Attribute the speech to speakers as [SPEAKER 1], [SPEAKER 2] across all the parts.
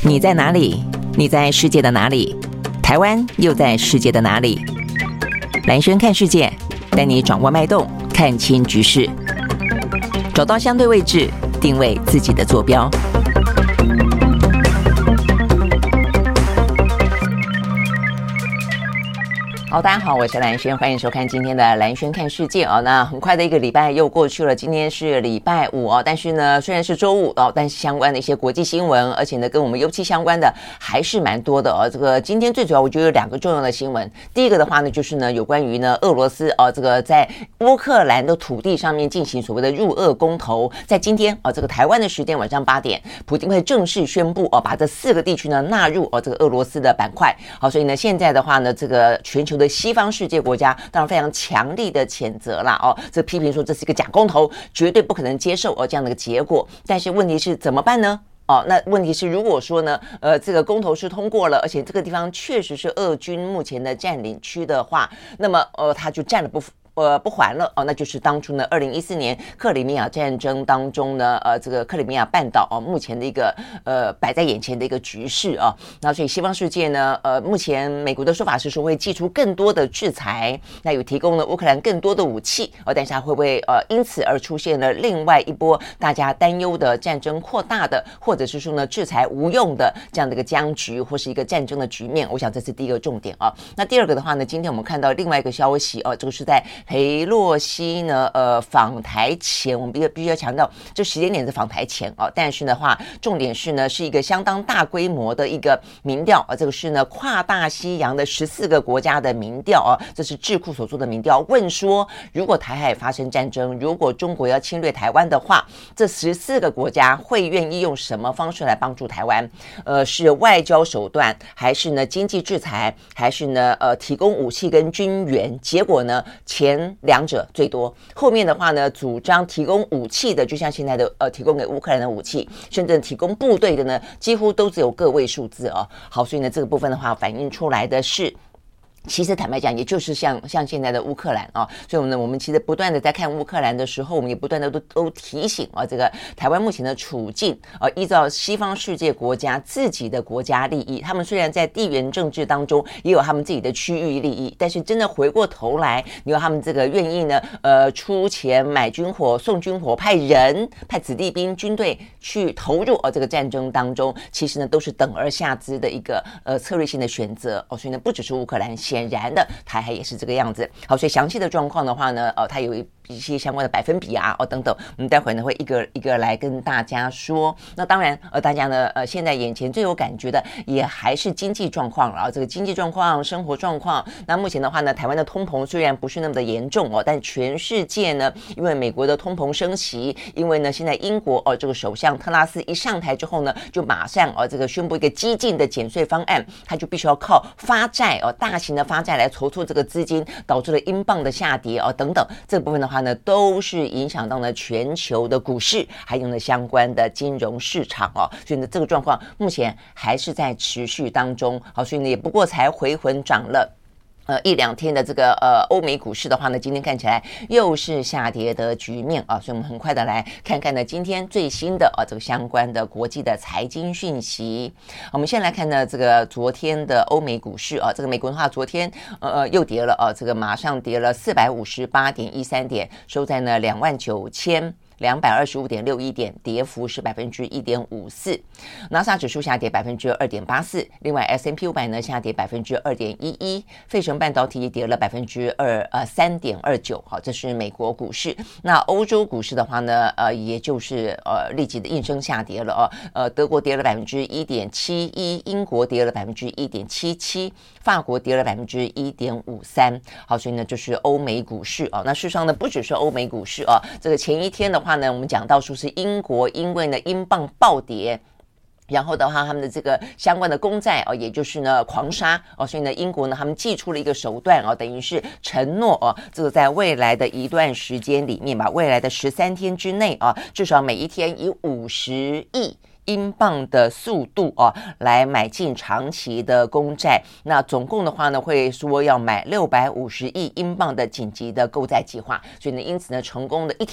[SPEAKER 1] 你在哪里？你在世界的哪里？台湾又在世界的哪里？蓝轩看世界，带你掌握脉动，看清局势，找到相对位置，定位自己的坐标。好，大家好，我是蓝轩，欢迎收看今天的蓝轩看世界哦。那很快的一个礼拜又过去了，今天是礼拜五哦。但是呢，虽然是周五哦，但是相关的一些国际新闻，而且呢，跟我们尤其相关的还是蛮多的哦。这个今天最主要，我觉得有两个重要的新闻。第一个的话呢，就是呢，有关于呢俄罗斯哦，这个在乌克兰的土地上面进行所谓的入俄公投，在今天哦，这个台湾的时间晚上8点，普丁会正式宣布哦，把这4个地区呢纳入哦这个俄罗斯的板块。好，所以呢，现在的话呢，这个全球的西方世界国家当然非常强力的谴责啦哦，这批评说这是一个假公投，绝对不可能接受这样的一个结果。但是问题是怎么办呢？哦，那问题是如果说呢，这个公投是通过了，而且这个地方确实是俄军目前的占领区的话，那么他就占了不还了哦，那就是当初呢2014年克里米亚战争当中呢，这个克里米亚半岛目前的一个摆在眼前的一个局势啊。那所以西方世界呢，目前美国的说法是说会祭出更多的制裁，那有提供了乌克兰更多的武器但是它会不会因此而出现了另外一波大家担忧的战争扩大的，或者是说呢制裁无用的这样的一个僵局或是一个战争的局面？我想这是第一个重点啊。那第二个的话呢，今天我们看到另外一个消息这个是在裴洛西呢访台前，我们必须要强调这时间点是访台前但是的话重点是呢是一个相当大规模的一个民调这个是呢跨大西洋的14个国家的民调这是智库所做的民调，问说如果台海发生战争，如果中国要侵略台湾的话，这14个国家会愿意用什么方式来帮助台湾？是外交手段，还是呢经济制裁，还是呢提供武器跟军援？结果呢前两者最多，后面的话呢主张提供武器的，就像现在的提供给乌克兰的武器，甚至提供部队的呢几乎都只有个位数字好，所以呢这个部分的话反映出来的是，其实坦白讲，也就是像现在的乌克兰所以我们其实不断的在看乌克兰的时候，我们也不断的都提醒这个台湾目前的处境依照西方世界国家自己的国家利益，他们虽然在地缘政治当中也有他们自己的区域利益，但是真的回过头来，你有他们这个愿意呢出钱买军火、送军火、派子弟兵、军队去投入这个战争当中，其实呢都是等而下之的一个策略性的选择所以呢不只是乌克兰，显然的台海也是这个样子。好，所以详细的状况的话呢它有一些相关的百分比等等，我们待会呢会一个一个来跟大家说。那当然大家呢现在眼前最有感觉的也还是经济状况了这个经济状况、生活状况。那目前的话呢，台湾的通膨虽然不是那么的严重但全世界呢，因为美国的通膨升息，因为呢现在英国这个首相特拉斯一上台之后呢，就马上这个宣布一个激进的减税方案，他就必须要靠发债大型的发债来筹措这个资金，导致了英镑的下跌等等，这个部分的话呢都是影响到了全球的股市，还有呢相关的金融市场所以呢这个状况目前还是在持续当中。好，所以呢也不过才回魂涨了一两天的这个欧美股市的话呢，今天看起来又是下跌的局面所以我们很快的来看看呢今天最新的这个相关的国际的财经讯息。我们先来看呢这个昨天的欧美股市这个美国的话昨天又跌了这个马上跌了458.13点，收在呢29225.61点，跌幅是1.54%。纳斯达克指数下跌2.84%，另外 S&P 500呢下跌2.11%，费城半导体也跌了3.29%。好，这是美国股市。那欧洲股市的话呢，也就是立即的应声下跌了德国跌了1.71%，英国跌了1.77%，法国跌了1.53%。好，所以呢，就是欧美股市那事实上呢，不只是欧美股市这个前一天的话呢，我们讲到说是英国，因为呢英镑暴跌，然后的话他们的这个相关的公债也就是呢狂杀所以呢英国呢他们祭出了一个手段等于是承诺这个在未来的一段时间里面吧，未来的13天之内至少每一天以50亿英镑的速度来买进长期的公债。那总共的话呢，会说要买650亿英镑的紧急的购债计划。所以呢，因此呢，成功的一天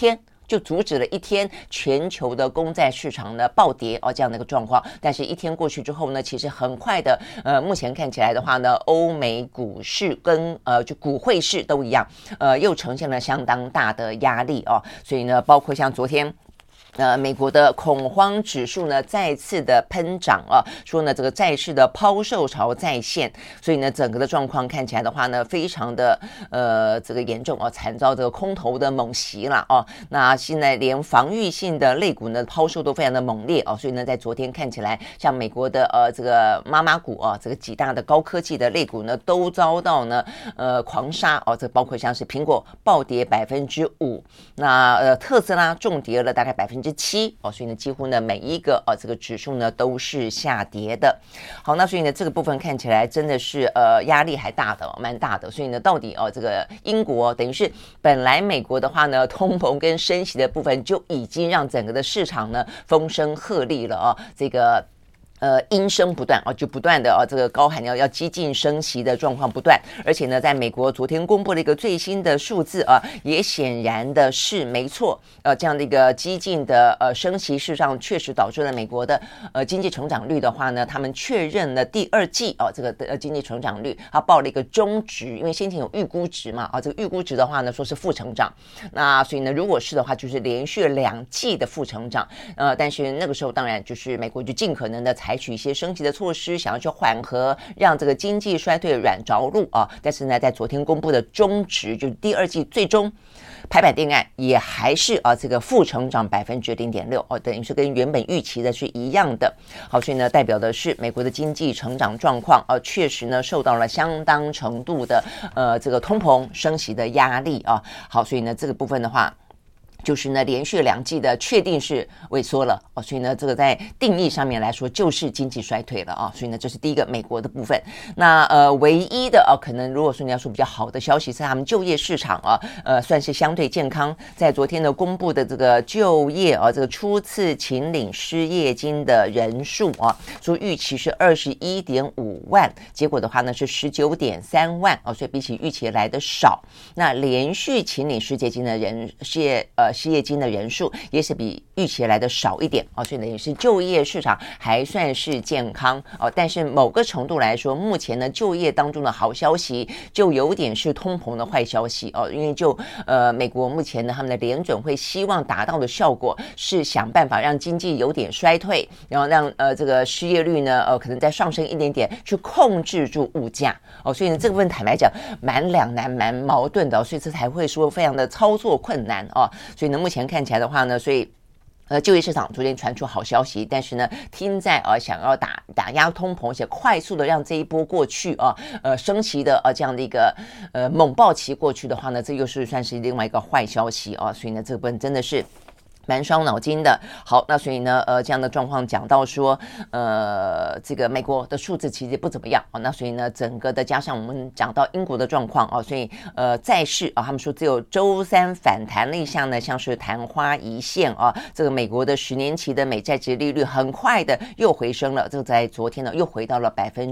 [SPEAKER 1] 就阻止了一天全球的公债市场呢暴跌这样的一个状况。但是一天过去之后呢，其实很快的目前看起来的话呢，欧美股市跟就股汇市都一样，又呈现了相当大的压力所以呢，包括像昨天美国的恐慌指数呢再次的喷涨说呢这个债市的抛售潮再现，所以呢整个的状况看起来的话呢非常的这个严重惨遭这个空头的猛袭了那现在连防御性的类股呢抛售都非常的猛烈所以呢在昨天看起来像美国的这个妈妈股这个几大的高科技的类股呢都遭到呢狂杀这包括像是苹果暴跌5%，那特斯拉重跌了大概7%所以呢几乎呢每一个这个指数呢都是下跌的。好，那所以呢这个部分看起来真的是压力还大的蛮大的。所以呢到底这个英国等于是本来美国的话呢通膨跟升息的部分就已经让整个的市场呢风声鹤唳了这个音声不断就不断的这个高喊要激进升息的状况不断。而且呢在美国昨天公布了一个最新的数字也显然的是没错这样的一个激进的升息事实上确实导致了美国的经济成长率的话呢，他们确认了第二季这个经济成长率它报了一个中值，因为先前有预估值嘛这个预估值的话呢说是负成长，那所以呢如果是的话就是连续2季的负成长但是那个时候当然就是美国就尽可能的采取一些升级的措施，想要去缓和让这个经济衰退软着陆但是呢在昨天公布的中值就是第二季最终拍板定案也还是这个负成长0.6%等于是跟原本预期的是一样的。好，所以呢代表的是美国的经济成长状况确实呢受到了相当程度的这个通膨升息的压力好，所以呢这个部分的话就是呢连续2季的确定是萎缩了所以呢这个在定义上面来说就是经济衰退了所以呢这是第一个美国的部分。那唯一的可能如果说你要说比较好的消息是他们就业市场算是相对健康，在昨天呢公布的这个就业这个初次请领失业金的人数说预期是21.5万，结果的话呢是19.3万所以比起预期来的少。那连续请领失业金的人失业金的人数也是比预期来的少一点所以呢也是就业市场还算是健康但是某个程度来说，目前呢就业当中的好消息就有点是通膨的坏消息因为就美国目前呢他们的联准会希望达到的效果是想办法让经济有点衰退，然后让这个失业率呢可能再上升一点点去控制住物价所以呢这个问题坦白讲蛮两难蛮矛盾的所以这才会说非常的操作困难所以呢目前看起来的话呢，所以就业市场昨天传出好消息，但是呢听在想要打压通膨，而且快速的让这一波过去升息的这样的一个猛暴期过去的话呢，这又是算是另外一个坏消息所以呢这个部分真的是蛮伤脑筋的。好，那所以呢这样的状况讲到说这个美国的数字其实不怎么样那所以呢整个的加上我们讲到英国的状况所以债市他们说只有周三反弹了一下呢，像是昙花一现这个美国的10年期的美债殖利率很快的又回升了，这个在昨天呢又回到了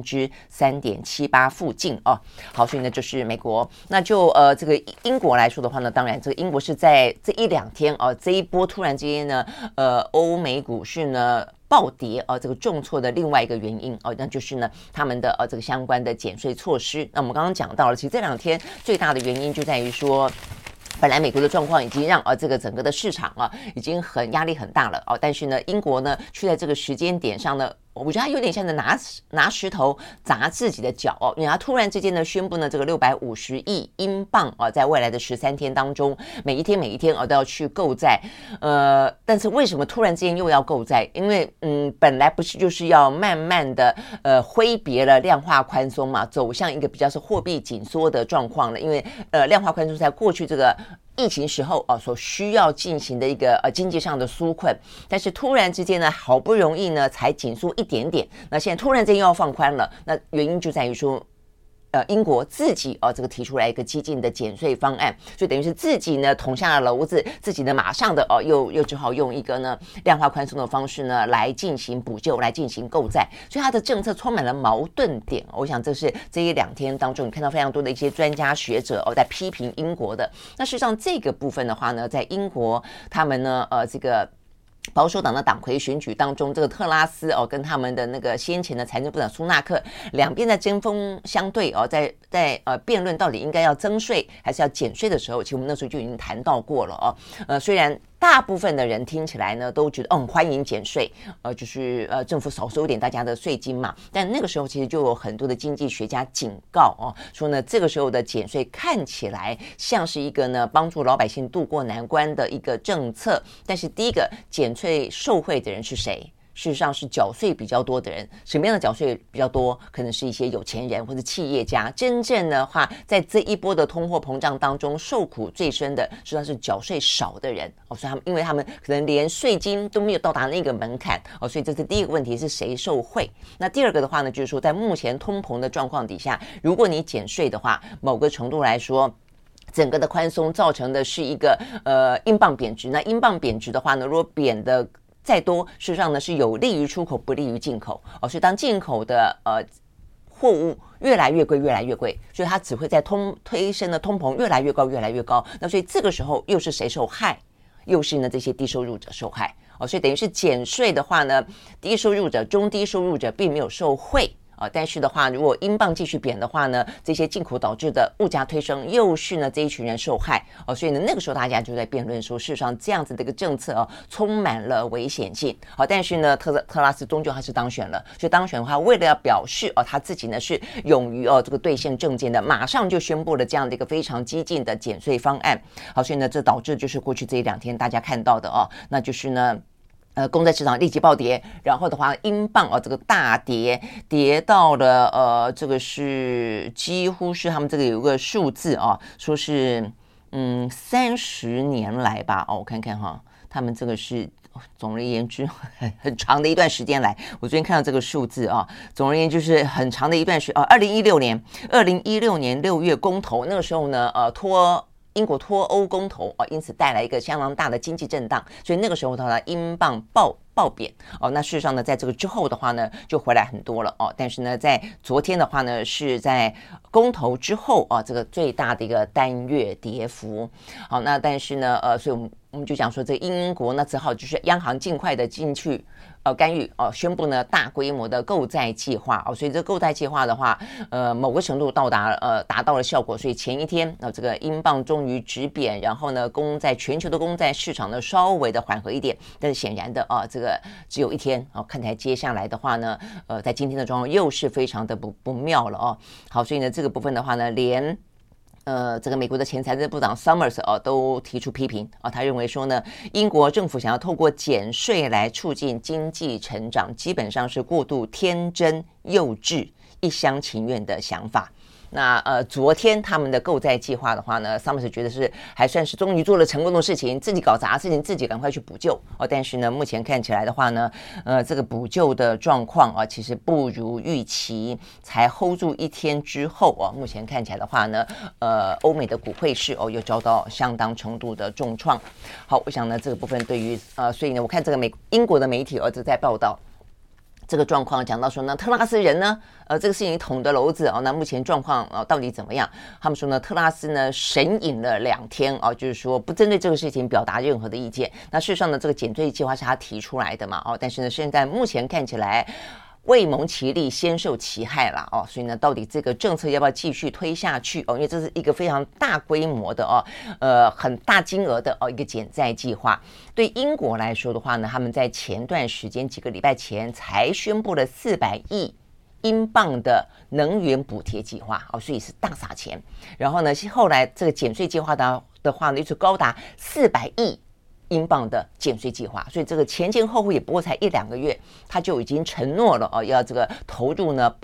[SPEAKER 1] 3.78%附近好，所以呢就是美国。那就这个英国来说的话呢，当然这个英国是在这1-2天这一波突然之间呢欧美股市呢暴跌这个重挫的另外一个原因那就是呢他们的这个相关的减税措施。那我们刚刚讲到了，其实这2天最大的原因就在于说本来美国的状况已经让这个整个的市场已经压力很大了但是呢英国呢却在这个时间点上呢我觉得他有点像拿石头砸自己的脚因为他突然之间呢宣布呢这个650亿英镑在未来的13天当中每一天都要去购债但是为什么突然之间又要购债？因为本来不是就是要慢慢的挥别了量化宽松嘛，走向一个比较是货币紧缩的状况了。因为量化宽松在过去这个疫情时候所需要进行的一个经济上的纾困，但是突然之间呢好不容易呢才紧缩一点点，那现在突然间又要放宽了，那原因就在于说英国自己这个提出来一个激进的减税方案，所以等于是自己呢捅下了篓子，自己呢马上的又只好用一个呢量化宽松的方式呢来进行补救，来进行购债，所以他的政策充满了矛盾点。我想这是这一2天当中你看到非常多的一些专家学者在批评英国的。那事实上这个部分的话呢，在英国他们呢这个保守党的党魁选举当中，这个特拉斯跟他们的那个先前的财政部长苏纳克两边在针锋相对在辩论到底应该要增税还是要减税的时候，其实我们那时候就已经谈到过了虽然大部分的人听起来呢都觉得欢迎减税，就是政府少收一点大家的税金嘛，但那个时候其实就有很多的经济学家警告说呢这个时候的减税看起来像是一个呢帮助老百姓渡过难关的一个政策，但是第一个减税受惠的人是谁？事实上是缴税比较多的人。什么样的缴税比较多？可能是一些有钱人或者企业家。真正的话在这一波的通货膨胀当中受苦最深的实际上是缴税少的人所以因为他们可能连税金都没有到达那个门槛所以这是第一个问题，是谁受惠。那第二个的话呢，就是说在目前通膨的状况底下，如果你减税的话，某个程度来说整个的宽松造成的是一个英镑贬值。那英镑贬值的话呢，如果贬的再多，事实上呢是有利于出口不利于进口所以当进口的货物越来越贵越来越贵，所以它只会在推升的通膨越来越高越来越高。那所以这个时候又是谁受害？又是呢这些低收入者受害所以等于是减税的话呢，低收入者中低收入者并没有受惠但是的话，如果英镑继续贬的话呢，这些进口导致的物价推升又是呢这一群人受害所以呢那个时候大家就在辩论说，事实上这样子的一个政策充满了危险性但是呢特拉斯终究还是当选了，所以当选的话，为了要表示他自己呢是勇于这个兑现政见的，马上就宣布了这样的一个非常激进的减税方案所以呢这导致就是过去这2天大家看到的那就是呢公债市场立即暴跌，然后的话英镑这个大跌到了这个是几乎是他们这个有一个数字说是30年来吧我看看他们这个是总而言之很长的一段时间来，我昨天看到这个数字总而言之是很长的一段时间2016年6月公投，那个时候呢英国脱欧公投因此带来一个相当大的经济震荡，所以那个时候的话英镑暴贬那事实上呢在这个之后的话呢就回来很多了但是呢在昨天的话呢是在公投之后这个最大的一个单月跌幅那但是呢所以我们就讲说这英国呢只好就是央行尽快的进去干预宣布呢大规模的购债计划所以这购债计划的话某个程度达到了效果，所以前一天这个英镑终于止贬，然后呢全球的公债市场呢稍微的缓和一点，但是显然的这个只有一天看起来接下来的话呢在今天的状况又是非常的不妙了好，所以呢这个部分的话呢连这个美国的前财政部长 Summers 都提出批评他认为说呢，英国政府想要透过减税来促进经济成长，基本上是过度天真幼稚一厢情愿的想法。那昨天他们的购债计划的话呢 Summers 觉得是还算是终于做了成功的事情，自己搞砸事情自己赶快去补救但是呢目前看起来的话呢这个补救的状况其实不如预期，才 hold 住1天之后目前看起来的话呢欧美的股汇市又遭到相当程度的重创。好，我想呢这个部分对于所以呢我看这个英国的媒体在报道这个状况，讲到说呢特拉斯人呢这个事情捅的篓子那目前状况到底怎么样？他们说呢特拉斯呢神隐了2天就是说不针对这个事情表达任何的意见。那事实上呢这个减税计划是他提出来的嘛但是呢现在目前看起来未蒙其利先受其害啦所以呢到底这个政策要不要继续推下去因为这是一个非常大规模的很大金额的一个减债计划。对英国来说的话呢，他们在前段时间几个礼拜前才宣布了400亿英镑的能源补贴计划所以是大撒钱。然后呢后来这个减税计划的话呢就高达400亿英镑的减税计划，所以这个前后也不过才1-2个月，他就已经承诺了要这个投入呢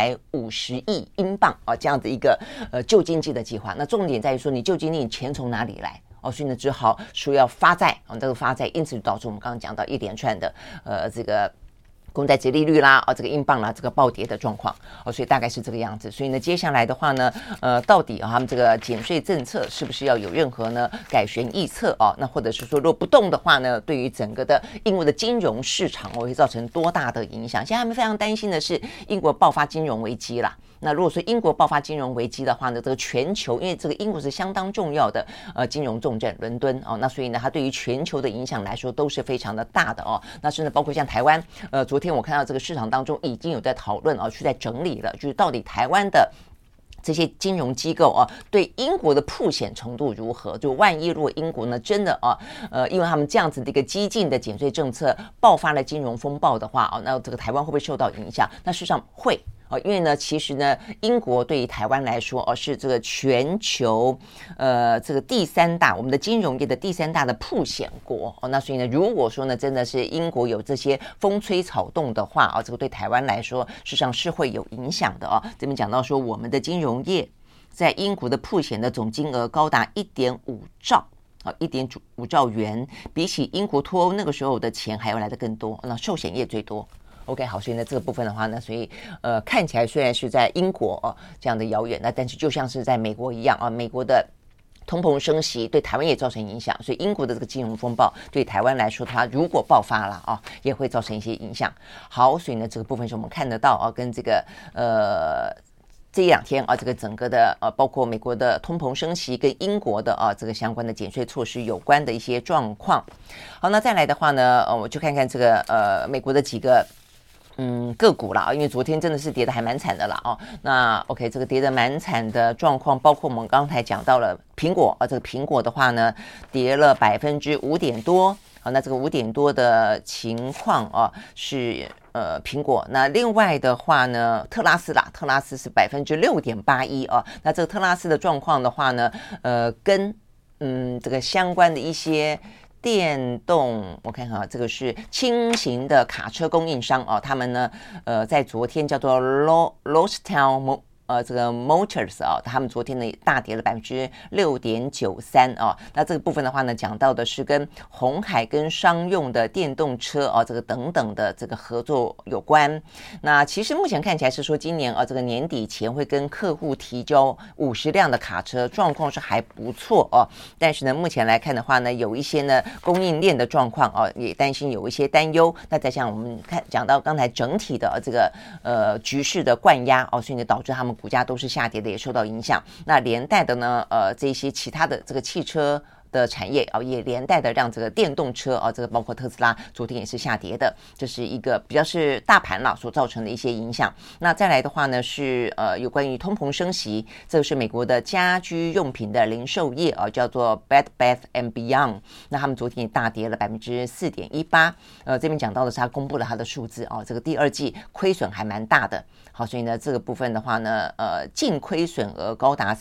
[SPEAKER 1] 850亿英镑这样的一个救经济的计划。那重点在于说你救经济钱从哪里来所以呢只好说要发债这个发债因此导致我们刚刚讲到一连串的这个公债殖利率啦，这个英镑啦，这个暴跌的状况，所以大概是这个样子。所以呢，接下来的话呢，到底他们这个减税政策是不是要有任何呢改弦易辙那或者是说，如果不动的话呢，对于整个的英国的金融市场会造成多大的影响？现在他们非常担心的是英国爆发金融危机啦。那如果说英国爆发金融危机的话呢，这个全球，因为这个英国是相当重要的金融重镇伦敦那所以呢，它对于全球的影响来说都是非常的大的那甚至包括像台湾，昨天我看到这个市场当中已经有在讨论去在整理了，就是到底台湾的这些金融机构对英国的曝险程度如何？就万一如果英国呢真的因为他们这样子的一个激进的减税政策爆发了金融风暴的话那这个台湾会不会受到影响？那事实上会。因为呢，其实呢，英国对于台湾来说是这个全球这个第三大，我们的金融业的第三大的曝险国那所以呢，如果说呢，真的是英国有这些风吹草动的话这个对台湾来说，事实上是会有影响的这边讲到说，我们的金融业在英国的曝险的总金额高达 1.5 兆。1.5兆元，比起英国脱欧那个时候的钱还要来得更多，那寿险业最多。OK， 好，所以呢，这个部分的话呢，所以看起来虽然是在英国这样的遥远，那但是就像是在美国一样美国的通膨升息对台湾也造成影响，所以英国的这个金融风暴对台湾来说，它如果爆发了也会造成一些影响。好，所以呢，这个部分是我们看得到跟这个这一两天这个整个的包括美国的通膨升息跟英国的这个相关的减税措施有关的一些状况。好，那再来的话呢，我就看看这个美国的几个个股啦，因为昨天真的是跌得还蛮惨的啦那 OK， 这个跌得蛮惨的状况，包括我们刚才讲到了苹果这个苹果的话呢，跌了5%点多。好，那这个5点多的情况是苹果。那另外的话呢，特拉斯是6.81%那这个特拉斯的状况的话呢，跟这个相关的一些电动，我看看这个是轻型的卡车供应商他们呢在昨天叫做 Lordstown这个 Motors 他们昨天呢大跌了6.93%那这个部分的话呢，讲到的是跟鸿海跟商用的电动车这个等等的这个合作有关。那其实目前看起来是说，今年这个年底前会跟客户提交50辆的卡车，状况是还不错但是呢，目前来看的话呢，有一些呢供应链的状况也担心有一些担忧。那再像我们讲到刚才整体的这个局势的灌压所以呢导致他们股价都是下跌的，也受到影响。那连带的呢这些其他的这个汽车的产业也连带的让这个电动车这个包括特斯拉昨天也是下跌的，这是一个比较是大盘所造成的一些影响。那再来的话呢是有关于通膨升息，这个是美国的家居用品的零售业叫做 Bed Bath and Beyond， 那他们昨天也大跌了4.18%。这边讲到的是他公布了他的数字这个第二季亏损还蛮大的。好，所以呢这个部分的话呢净亏损额高达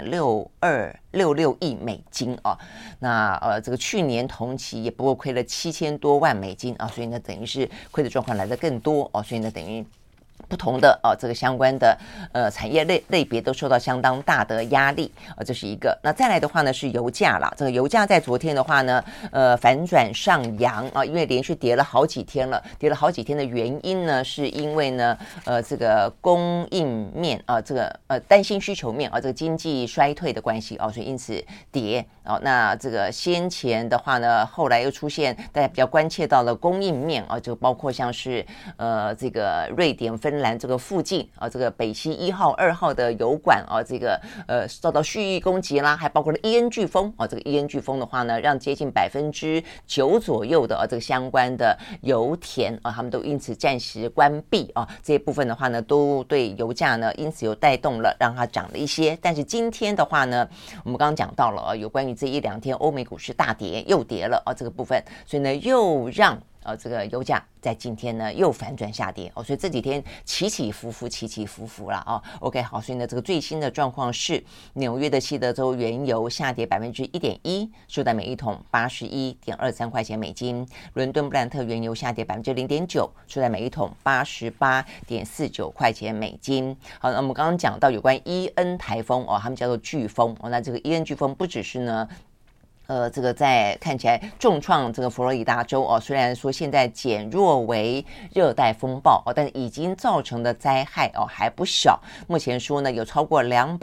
[SPEAKER 1] 3.6266亿美金那这个去年同期也不过亏了7000多万美金所以呢等于是亏的状况来得更多所以呢等于不同的这个相关的产业类别都受到相当大的压力这是一个。那再来的话呢是油价啦，这个油价在昨天的话呢反转上扬因为连续跌了好几天了，跌了好几天的原因呢是因为呢这个供应面这个担心需求面这个经济衰退的关系所以因此跌那这个先前的话呢，后来又出现大家比较关切到了供应面就包括像是这个瑞典芬兰这个附近这个北溪1号2号的油管这个受到蓄意攻击啦，还包括了伊恩飓风这个伊恩飓风的话呢，让接近9%左右的这个相关的油田他们都因此暂时关闭这些部分的话呢，都对油价呢因此有带动了，让它涨了一些。但是今天的话呢，我们刚刚讲到了有关于这一两天欧美股市大跌，又跌了这个部分，所以呢又让这个油价在今天呢又反转下跌所以这几天起起伏伏了OK， 好，所以呢这个最新的状况是纽约的西德州原油下跌1.1%，收在每一桶81.23块钱美金；伦敦布兰特原油下跌0.9%，收在每一桶88.49块钱美金。好，那我们刚刚讲到有关伊恩台风他们叫做飓风那这个伊恩飓风不只是呢这个在看起来重创这个佛罗里达州哦，虽然说现在减弱为热带风暴哦，但已经造成的灾害哦还不小。目前说呢，有超过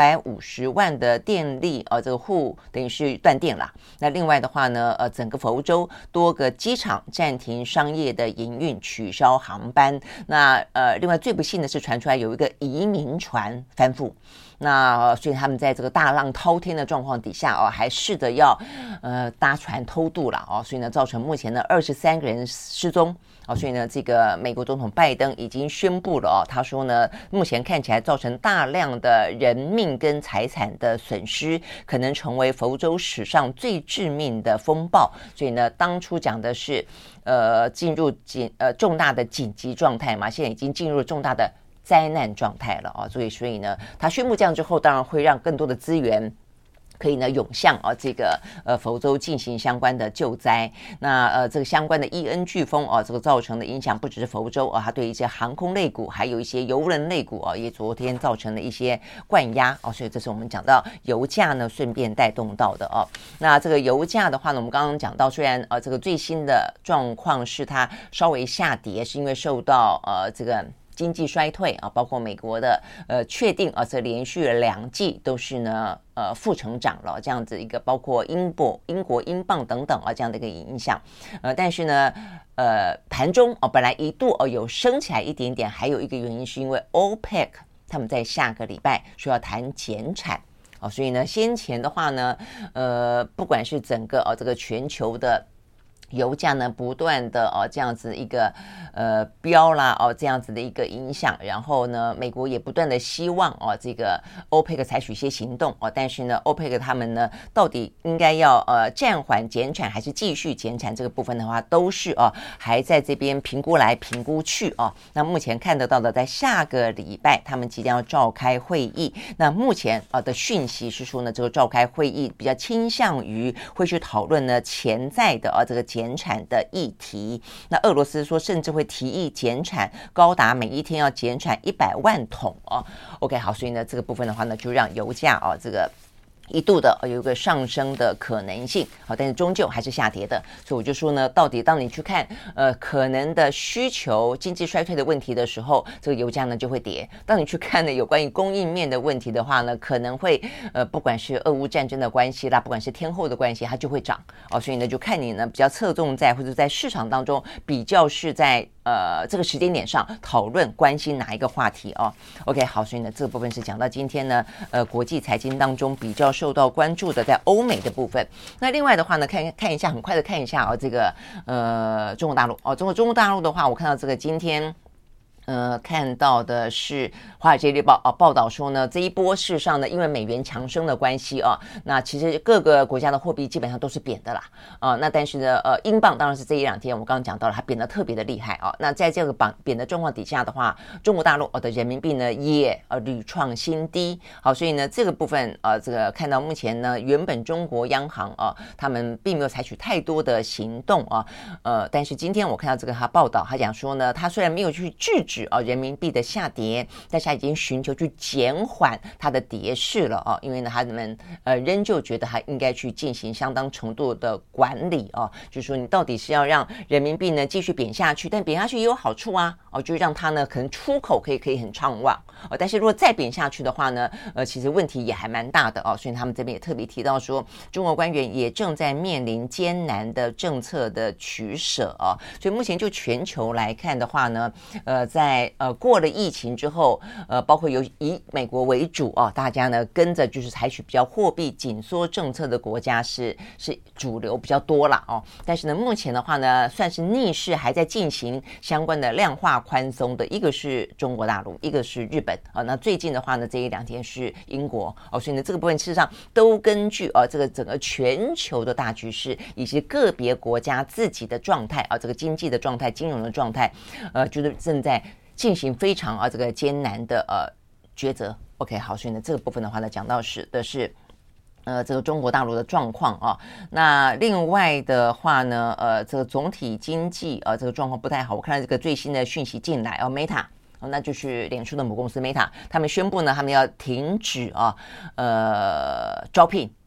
[SPEAKER 1] 250万的电力这个户等于是断电了。那另外的话呢，整个佛州多个机场暂停商业的营运，取消航班。那另外最不幸的是传出来有一个移民船翻覆。那所以他们在这个大浪滔天的状况底下还试着要搭船偷渡了所以呢造成目前呢23个人失踪所以呢这个美国总统拜登已经宣布了他说呢目前看起来造成大量的人命跟财产的损失，可能成为佛州史上最致命的风暴。所以呢当初讲的是进入重大的紧急状态嘛，现在已经进入重大的灾难状态了所以呢他宣布这样之后，当然会让更多的资源可以呢涌向这个佛州进行相关的救灾。那这个相关的伊恩飓风这个造成的影响不只是佛州它对一些航空类股还有一些邮轮类股也昨天造成了一些灌压所以这是我们讲到油价呢顺便带动到的那这个油价的话呢，我们刚刚讲到，虽然这个最新的状况是它稍微下跌，是因为受到这个经济衰退包括美国的确定这连续2季都是呢负成长了，这样子一个包括英国英镑等等这样的一个影响但是呢盘中本来一度有升起来一点点，还有一个原因是因为 OPEC 他们在下个礼拜说要谈减产所以呢先前的话呢不管是整个这个全球的油价呢不断的这样子一个飙啦这样子的一个影响，然后呢美国也不断的希望这个 OPEC 采取一些行动但是呢 OPEC 他们呢到底应该要暂缓减产还是继续减产，这个部分的话都是还在这边评估来评估去那目前看得到的，在下个礼拜他们即将要召开会议，那目前的讯息是说呢这个召开会议比较倾向于会去讨论呢潜在的这个减产的议题。那俄罗斯说甚至会提议减产高达每一天要减产100万桶OK 好，所以呢这个部分的话呢就让油价这个一度的有一个上升的可能性但是终究还是下跌的。所以我就说呢，到底当你去看可能的需求经济衰退的问题的时候，这个油价呢就会跌。当你去看呢有关于供应面的问题的话呢，可能会不管是俄乌战争的关系啦，不管是天后的关系，它就会涨所以呢就看你呢比较侧重在或者在市场当中比较是在这个时间点上讨论关心哪一个话题OK 好，所以呢这个部分是讲到今天呢国际财经当中比较受到关注的在欧美的部分。那另外的话呢看一下，很快的看一下这个中国大陆中国大陆的话，我看到这个今天看到的是《华尔街日报》报道说呢，这一波事实上呢，因为美元强升的关系那其实各个国家的货币基本上都是贬的啦那但是呢英镑当然是这1-2天我刚刚讲到了，它贬得特别的厉害那在这个贬的状况底下的话，中国大陆的人民币呢也屡创新低好，所以呢这个部分这个看到目前呢，原本中国央行他们并没有采取太多的行动但是今天我看到这个他报道，他讲说呢，他虽然没有去制止人民币的下跌，但是他已经寻求去减缓它的跌势了因为呢他们仍旧觉得他应该去进行相当程度的管理就是说你到底是要让人民币呢继续贬下去，但贬下去也有好处就让它呢可能出口可以很畅旺但是如果再贬下去的话呢其实问题也还蛮大的所以他们这边也特别提到说，中国官员也正在面临艰难的政策的取舍所以目前就全球来看的话呢在过了疫情之后包括以美国为主大家呢跟着就是采取比较货币紧缩政策的国家是主流比较多啦但是呢目前的话呢算是逆势还在进行相关的量化宽松的，一个是中国大陆，一个是日本那最近的话呢这1-2天是英国所以呢这个部分事实上都根据这个整个全球的大局势以及个别国家自己的状态这个经济的状态金融的状态就是正在进行非常这个艰难的抉择 OK 好，所以呢这个部分的话呢讲到是这个中国大陆的状况那另外的话呢这个总体经济这个状况不太好。我看到这个最新的讯息进来Meta那就是脸书的母公司 Meta， 他们宣布呢他们要停止招聘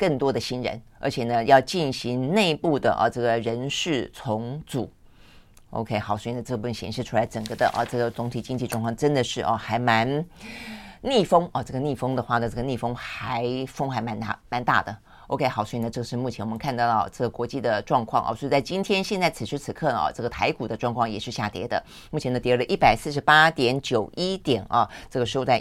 [SPEAKER 1] 更多的新人，而且呢要进行内部的这个人事重组。OK， 好，所以呢这部分显示出来整个的这个总体经济状况真的是还蛮逆风这个逆风的话呢，这个逆风风还蛮大的。OK， 好，所以呢，这是目前我们看到这个国际的状况所以在今天现在此时此刻这个台股的状况也是下跌的，目前呢跌了 148.91 点这个收在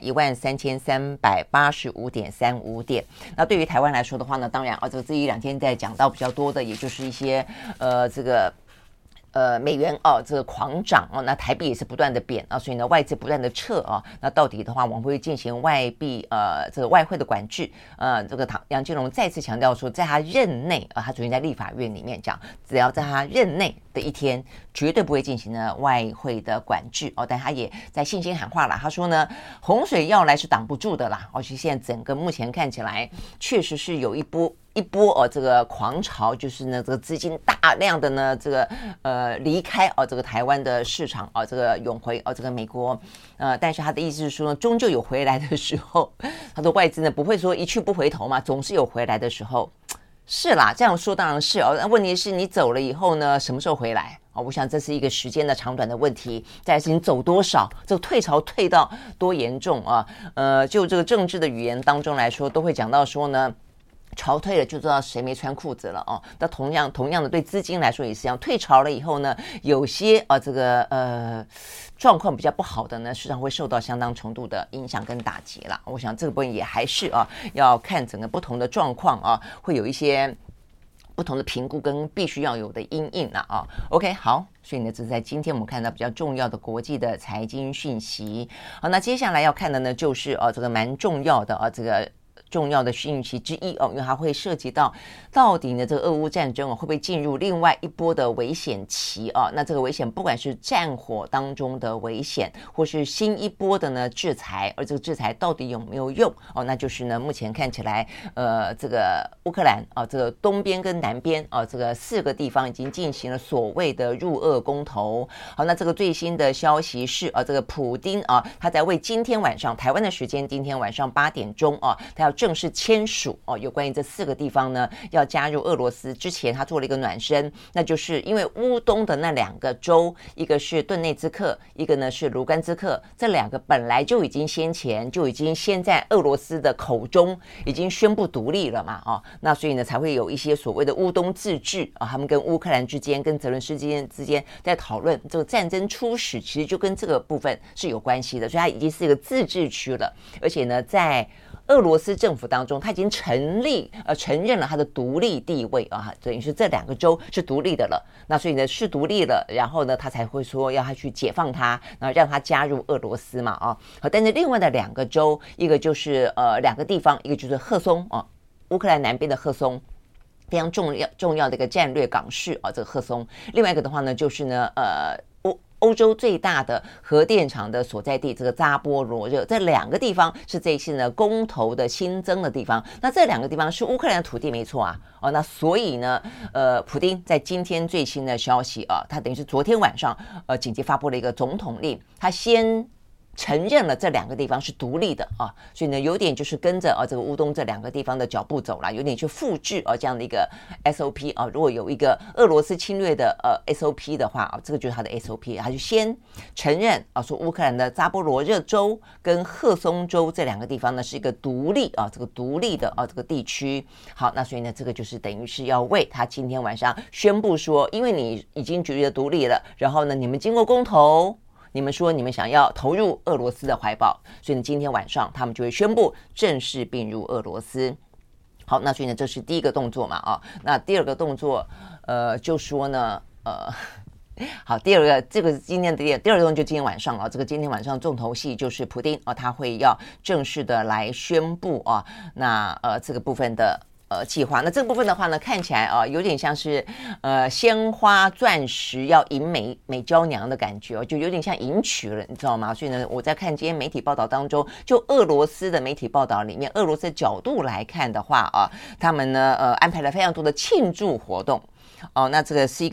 [SPEAKER 1] 13,385.35 点。那对于台湾来说的话呢，当然这一两天在讲到比较多的，也就是一些这个美元这个狂涨那台币也是不断的贬所以呢外资不断的撤那到底的话我们会进行外币这个外汇的管制这个杨金龙再次强调说，在他任内他昨天在立法院里面讲，只要在他任内的一天绝对不会进行呢外汇的管制但他也在信心喊话了，他说呢洪水要来是挡不住的啦其实现在整个目前看起来确实是有一波这个狂潮，就是呢这个资金大量的呢这个离开这个台湾的市场这个涌回这个美国但是他的意思是说呢，终究有回来的时候，他说外资呢不会说一去不回头嘛，总是有回来的时候。是啦，这样说当然是那问题是你走了以后呢，什么时候回来我想这是一个时间的长短的问题。再来是你走多少，这个退潮退到多严重就这个政治的语言当中来说，都会讲到说呢。潮退了就知道谁没穿裤子了那同样的对资金来说也是一样，退潮了以后呢，有些这个状况比较不好的呢，实际上会受到相当程度的影响跟打击啦。我想这个部分也还是要看整个不同的状况会有一些不同的评估跟必须要有的因应啦OK， 好，所以呢这是在今天我们看到比较重要的国际的财经讯息。好，那接下来要看的呢就是这个蛮重要的这个重要的讯息之一因为它会涉及到底呢这个俄乌战争会不会进入另外一波的危险期那这个危险不管是战火当中的危险，或是新一波的呢制裁，而这个制裁到底有没有用那就是呢目前看起来这个乌克兰这个东边跟南边这个4个地方已经进行了所谓的入俄公投。好，那这个最新的消息是这个普丁他在为今天晚上台湾的时间今天晚上8点钟他要正式签署有关于这4个地方呢要加入俄罗斯之前，他做了一个暖身，那就是因为乌东的那2个州，一个是顿内兹克，一个呢是卢甘斯克，这2个本来就已经先在俄罗斯的口中已经宣布独立了嘛那所以呢才会有一些所谓的乌东自治他们跟乌克兰之间跟泽伦斯基之间在讨论这个战争初始其实就跟这个部分是有关系的，所以它已经是一个自治区了，而且呢在俄罗斯政府当中，他已经承认了他的独立地位等于是这2个州是独立的了。那所以呢是独立了，然后呢他才会说要他去解放它，然后让他加入俄罗斯嘛但是另外的2个州，一个就是2个地方，一个就是赫松乌克兰南边的赫松。非常重要的一个战略港市这个赫松。另外一个的话呢，就是呢欧洲最大的核电厂的所在地这个扎波罗热，这2个地方是这一次呢公投的新增的地方。那这2个地方是乌克兰的土地没错那所以呢普丁在今天最新的消息他等于是昨天晚上紧急发布了一个总统令，他先承认了这2个地方是独立的所以呢有点就是跟着这个乌东这2个地方的脚步走了，有点去复制这样的一个 SOP 如果有一个俄罗斯侵略的SOP 的话这个就是他的 SOP， 他就先承认说乌克兰的扎波罗热州跟赫松州这2个地方呢是一个独立这个独立的这个地区。好，那所以呢这个就是等于是要为他今天晚上宣布说，因为你已经决定独立了，然后呢你们经过公投，你们说你们想要投入俄罗斯的怀抱，所以呢今天晚上他们就会宣布正式并入俄罗斯。好，那所以呢这是第一个动作嘛那第二个动作就说呢好，第二个这个今天的第二个动作就今天晚上这个今天晚上重头戏就是普丁他会要正式的来宣布那这个部分的计划。那这个部分的话呢，看起来有点像是鲜花钻石要迎美娇娘的感觉就有点像迎娶了，你知道吗？所以呢，我在看今天媒体报道当中，就俄罗斯的媒体报道里面，俄罗斯的角度来看的话他们呢安排了非常多的庆祝活动那这个是一个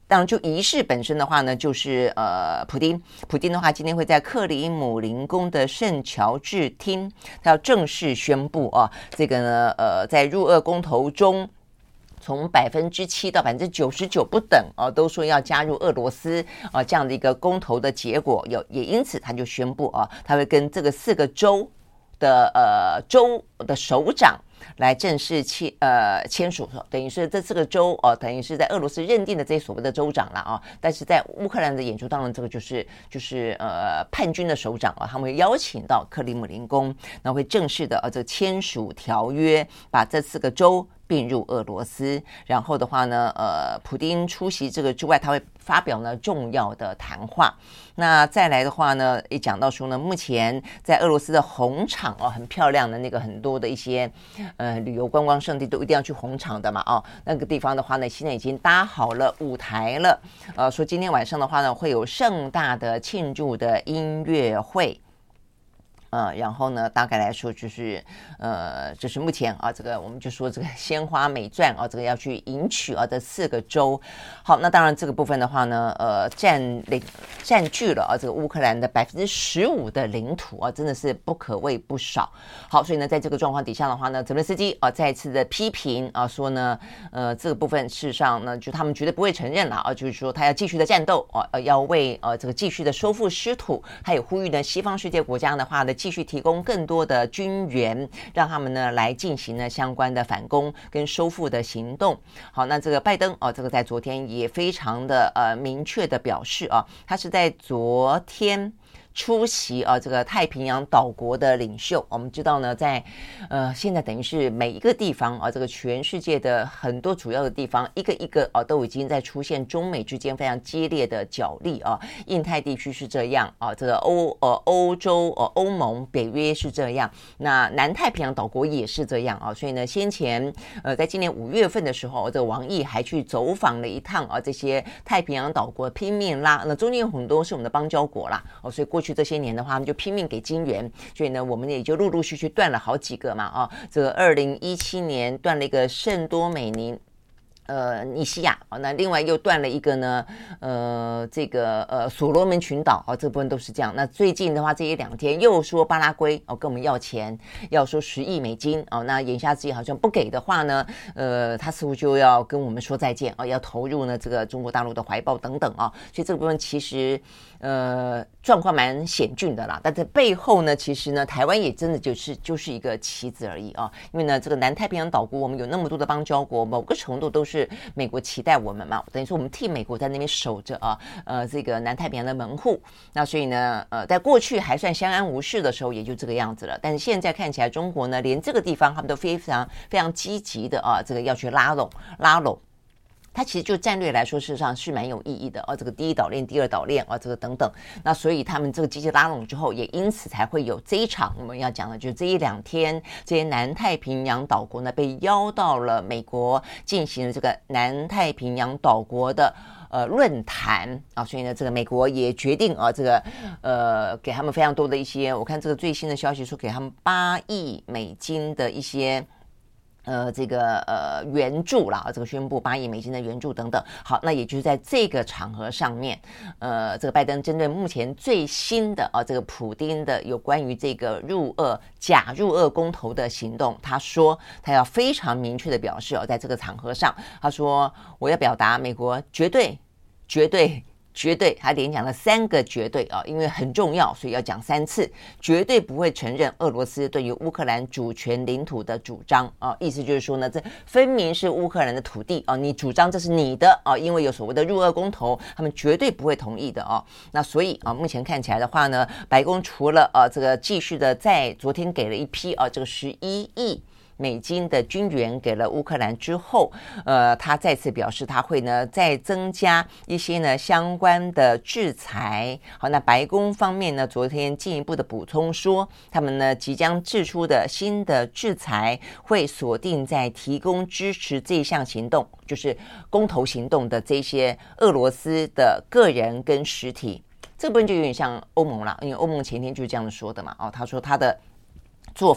[SPEAKER 1] 当然，就仪式本身的话呢，就是普丁的话，今天会在克里姆林宫的圣乔治厅，他要正式宣布啊，这个呢，在入俄公投中，从7%到99%不等都说要加入俄罗斯这样的一个公投的结果，也因此他就宣布他会跟这个4个州的州的首长来正式签署，等于是这4个州等于是在俄罗斯认定的这些所谓的州长了但是在乌克兰的眼中，当然这个就是叛军的首长他们会邀请到克里姆林宫，然后会正式的这个签署条约，把这4个州并入俄罗斯。然后的话呢，普丁出席这个之外，他会发表呢重要的谈话。那再来的话呢，也讲到说呢，目前在俄罗斯的红场很漂亮的那个很多的一些旅游观光胜地都一定要去红场的嘛那个地方的话呢，现在已经搭好了舞台了。说今天晚上的话呢，会有盛大的庆祝的音乐会。然后呢，大概来说就是目前这个我们就说这个鲜花美馔这个要去迎娶这4个州。好，那当然这个部分的话呢，占据了这个乌克兰的15%的领土真的是不可谓不少。好，所以呢，在这个状况底下的话呢，泽连斯基再一次的批评说呢，这个部分事实上呢，就他们绝对不会承认了就是说他要继续的战斗要为这个继续的收复失土，还有呼吁呢西方世界国家的话呢，继续提供更多的军援，让他们呢来进行呢相关的反攻跟收复的行动。好，那这个拜登这个在昨天也非常的明确的表示他是在昨天出席这个太平洋岛国的领袖。我们知道呢，在现在等于是每一个地方这个全世界的很多主要的地方，一个一个都已经在出现中美之间非常激烈的角力印太地区是这样这个欧洲欧盟北约是这样，那南太平洋岛国也是这样所以呢，先前在今年5月份的时候，这个王毅还去走访了一趟这些太平洋岛国，拼命拉，那中间有很多是我们的邦交国啦所以过去这些年的话，他们就拼命给金援，所以呢，我们也就陆陆续续断了好几个嘛这个2017年断了一个圣多美尼西亚那另外又断了一个呢这个所罗门群岛这部分都是这样。那最近的话，这一2天又说巴拉圭跟我们要钱，要说10亿美金那言下之意好像不给的话呢他似乎就要跟我们说再见要投入呢这个中国大陆的怀抱等等所以这个部分其实状况蛮险峻的啦。但在背后呢，其实呢，台湾也真的就是一个棋子而已因为呢，这个南太平洋岛国我们有那么多的邦交国，某个程度都是美国期待我们嘛，等于说我们替美国在那边守着这个南太平洋的门户。那所以呢，在过去还算相安无事的时候，也就这个样子了。但是现在看起来，中国呢，连这个地方他们都非常非常积极的这个要去拉拢。它其实就战略来说，事实上是蛮有意义的这个第一岛链、第二岛链这个等等。那所以他们这个积极拉拢之后，也因此才会有这一场我们要讲的，就是这1-2天，这些南太平洋岛国呢被邀到了美国进行了这个南太平洋岛国的论坛所以呢，这个美国也决定这个给他们非常多的一些，我看这个最新的消息说给他们8亿美金的一些。这个援助啦，这个宣布8亿美金的援助等等。好，那也就是在这个场合上面，这个拜登针对目前最新的这个普丁的有关于这个假入俄公投的行动，他说他要非常明确的表示在这个场合上，他说我要表达美国绝对，他连讲了3个绝对因为很重要，所以要讲3次，绝对不会承认俄罗斯对于乌克兰主权领土的主张意思就是说呢，这分明是乌克兰的土地你主张这是你的因为有所谓的入俄公投，他们绝对不会同意的那所以目前看起来的话呢，白宫除了这个继续的在昨天给了一批这个11亿美金的军援给了乌克兰之后，他再次表示他会呢再增加一些呢相关的制裁。好，那白宫方面呢昨天进一步的补充说，他们呢即将制出的新的制裁会锁定在提供支持这项行动，就是公投行动的这些俄罗斯的个人跟实体。这个部分就有点像欧盟啦，因为欧盟前天就是这样说的嘛他说他的做法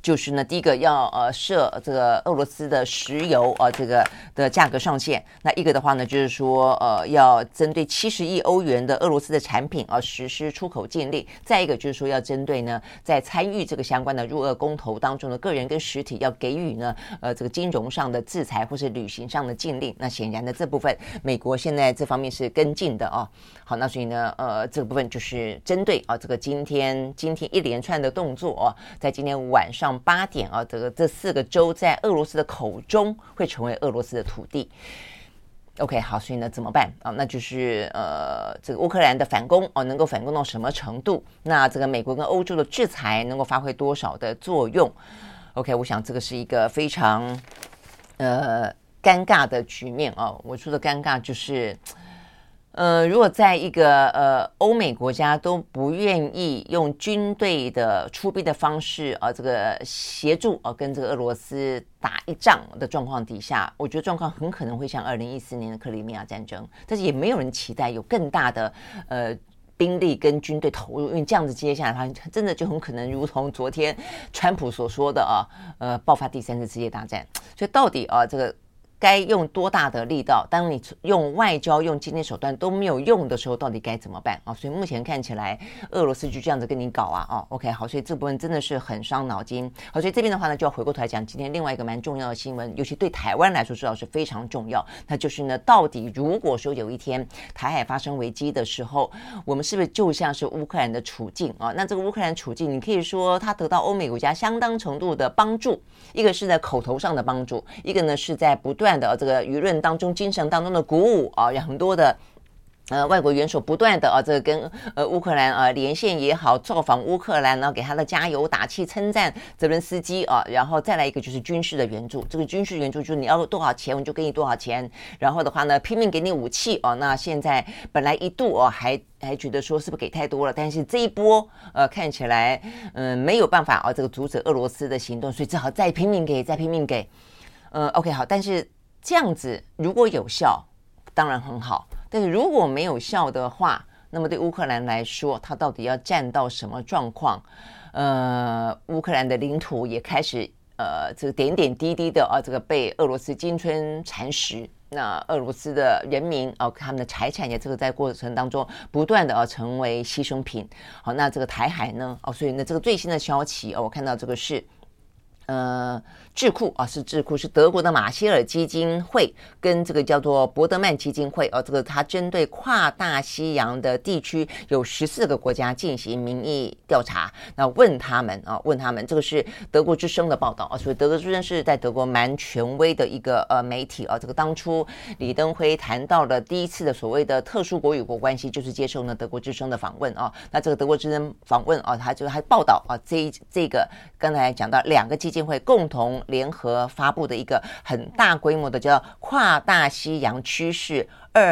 [SPEAKER 1] 就是呢，第一个要设这个俄罗斯的石油这个的价格上限。那一个的话呢，就是说要针对70亿欧元的俄罗斯的产品实施出口禁令。再一个就是说要针对呢在参与这个相关的入俄公投当中的个人跟实体要给予呢这个金融上的制裁或是旅行上的禁令。那显然的这部分美国现在这方面是跟进的好，那所以呢这个部分就是针对这个今天一连串的动作在今天晚上8点这4个州在俄罗斯的口中会成为俄罗斯的土地。OK， 好，所以呢怎么办那就是这个乌克兰的反攻能够反攻到什么程度？那这个美国跟欧洲的制裁能够发挥多少的作用 ？OK， 我想这个是一个非常尴尬的局面我说的尴尬就是。如果在一个欧美国家都不愿意用军队的出兵的方式这个协助跟这个俄罗斯打一仗的状况底下，我觉得状况很可能会像2014年的克里米亚战争，但是也没有人期待有更大的兵力跟军队投入，因为这样子接下来它真的就很可能如同昨天川普所说的爆发第3次世界大战。所以到底这个该用多大的力道？当你用外交、用经济手段都没有用的时候，到底该怎么办所以目前看起来，俄罗斯就这样子跟你搞OK， 好，所以这部分真的是很伤脑筋。好，所以这边的话呢，就要回过头来讲今天另外一个蛮重要的新闻，尤其对台湾来说，至少是非常重要。那就是呢，到底如果说有一天台海发生危机的时候，我们是不是就像是乌克兰的处境那这个乌克兰处境，你可以说它得到欧美国家相当程度的帮助，一个是在口头上的帮助，一个呢是在不断的这个舆论当中、精神当中的鼓舞让很多的外国元首不断的这个跟乌克兰连线也好，造访乌克兰，然后给他的加油打气，称赞泽伦斯基然后再来一个就是军事的援助。这个军事援助就是你要多少钱，我就给你多少钱，然后的话呢，拼命给你武器那现在本来一度还觉得说是不是给太多了，但是这一波看起来没有办法这个阻止俄罗斯的行动，所以只好再拼命给OK， 好，但是这样子如果有效当然很好，但是如果没有效的话，那么对乌克兰来说，它到底要战到什么状况？乌克兰的领土也开始这个点点滴滴的这个被俄罗斯鲸吞蚕食。那俄罗斯的人民他们的财产也这个在过程当中不断的成为牺牲品。好，那这个台海呢所以呢这个最新的消息我看到这个是智库是德国的马歇尔基金会跟这个叫做伯德曼基金会这个它针对跨大西洋的地区有14个国家进行民意调查，那问他们这个是德国之声的报道所以德国之声是在德国蛮权威的一个媒体这个当初李登辉谈到了第一次的所谓的特殊国与国关系，就是接受呢德国之声的访问那这个德国之声访问他就还报道这个刚才讲到2个基金会共同联合发布的一个很大规模的叫跨大西洋趋势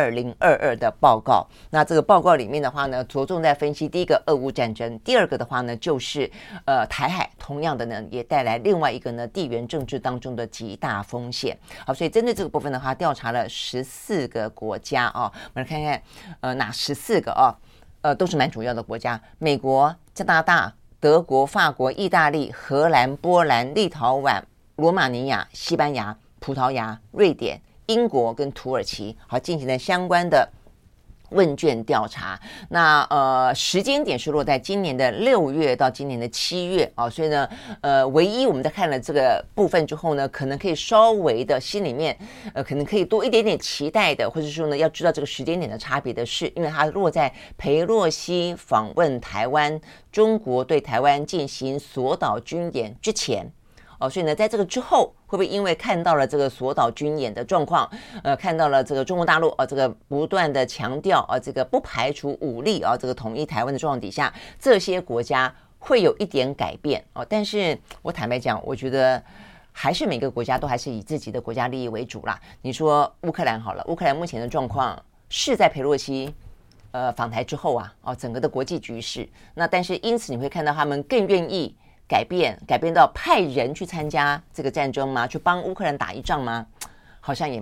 [SPEAKER 1] 2022的报告。那这个报告里面的话呢，着重在分析第一个俄乌战争，第二个的话呢就是台海，同样的呢也带来另外一个呢地缘政治当中的极大风险。好，所以针对这个部分的话，调查了14个国家我们来看看哪14个都是蛮主要的国家：美国、加拿大、德国、法国、意大利、荷兰、波兰、立陶宛、罗马尼亚、西班牙、葡萄牙、瑞典、英国跟土耳其进行了相关的问卷调查。那时间点是落在今年的6月到今年的7月所以呢唯一我们在看了这个部分之后呢，可能可以稍微的心里面可能可以多一点点期待的，或者说呢要知道这个时间点的差别的是，因为它落在裴洛西访问台湾，中国对台湾进行锁岛军演之前所以呢在这个之后会不会因为看到了这个锁岛军演的状况看到了这个中国大陆这个不断的强调这个不排除武力这个统一台湾的状况底下，这些国家会有一点改变但是我坦白讲，我觉得还是每个国家都还是以自己的国家利益为主啦。你说乌克兰好了，乌克兰目前的状况是在裴洛西访台之后整个的国际局势，那但是因此你会看到他们更愿意改变到派人去参加这个战争吗？去帮乌克兰打一仗吗？好像也没有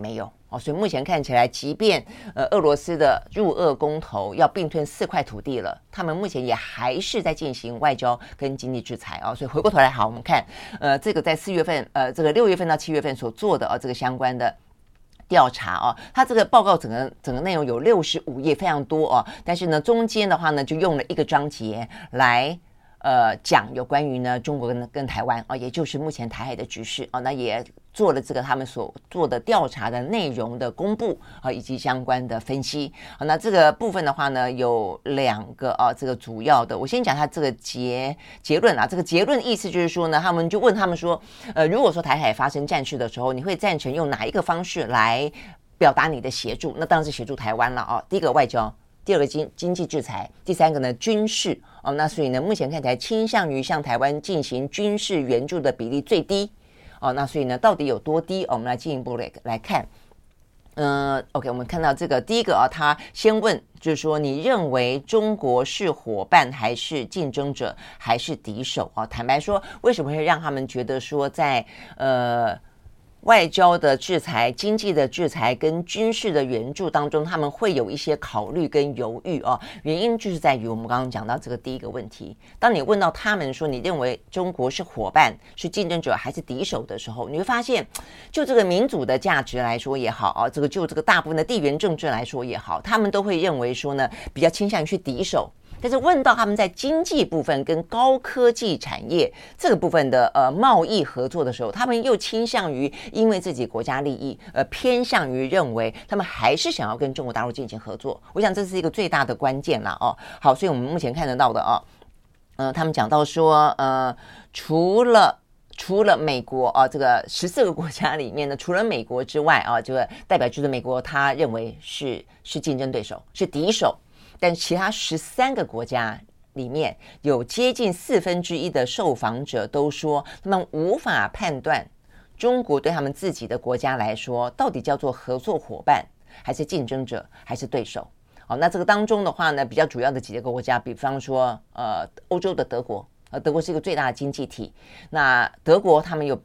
[SPEAKER 1] 所以目前看起来，即便俄罗斯的入俄公投要并吞4块土地了，他们目前也还是在进行外交跟经济制裁所以回过头来，好，我们看这个在4月份这个6月份到7月份所做的这个相关的调查它这个报告整个内容有65页，非常多但是呢，中间的话呢，就用了一个章节来讲有关于呢中国跟台湾也就是目前台海的局势那也做了这个他们所做的调查的内容的公布以及相关的分析那这个部分的话呢，有2个这个主要的，我先讲它这个结论这个结论意思就是说呢，他们就问他们说如果说台海发生战事的时候，你会赞成用哪一个方式来表达你的协助？那当然是协助台湾了第一个外交，第二个经济制裁，第三个呢军事那所以呢，目前看起来倾向于向台湾进行军事援助的比例最低那所以呢，到底有多低我们来进一步来看。OK， 我们看到这个第一个他先问就是说，你认为中国是伙伴还是竞争者还是敌手坦白说，为什么会让他们觉得说在外交的制裁、经济的制裁跟军事的援助当中，他们会有一些考虑跟犹豫原因就是在于我们刚刚讲到这个第一个问题，当你问到他们说你认为中国是伙伴、是竞争者还是敌手的时候，你会发现就这个民主的价值来说也好就这个大部分的地缘政治来说也好，他们都会认为说呢，比较倾向于去敌手。但是问到他们在经济部分跟高科技产业这个部分的贸易合作的时候，他们又倾向于因为自己国家利益偏向于认为他们还是想要跟中国大陆进行合作。我想这是一个最大的关键啦好，所以我们目前看得到的他们讲到说除了美国这个14个国家里面呢，除了美国之外这个代表就是美国他认为是竞争对手，是敌手。但其他13个国家里面有接近1/4的受访者都说，他们无法判断中国对他们自己的国家来说，到底叫做合作伙伴，还是竞争者，还是对手。那这个当中的话呢，比较主要的几个国家，比方说欧洲的德国。德国是一个最大的经济体，那德国他们有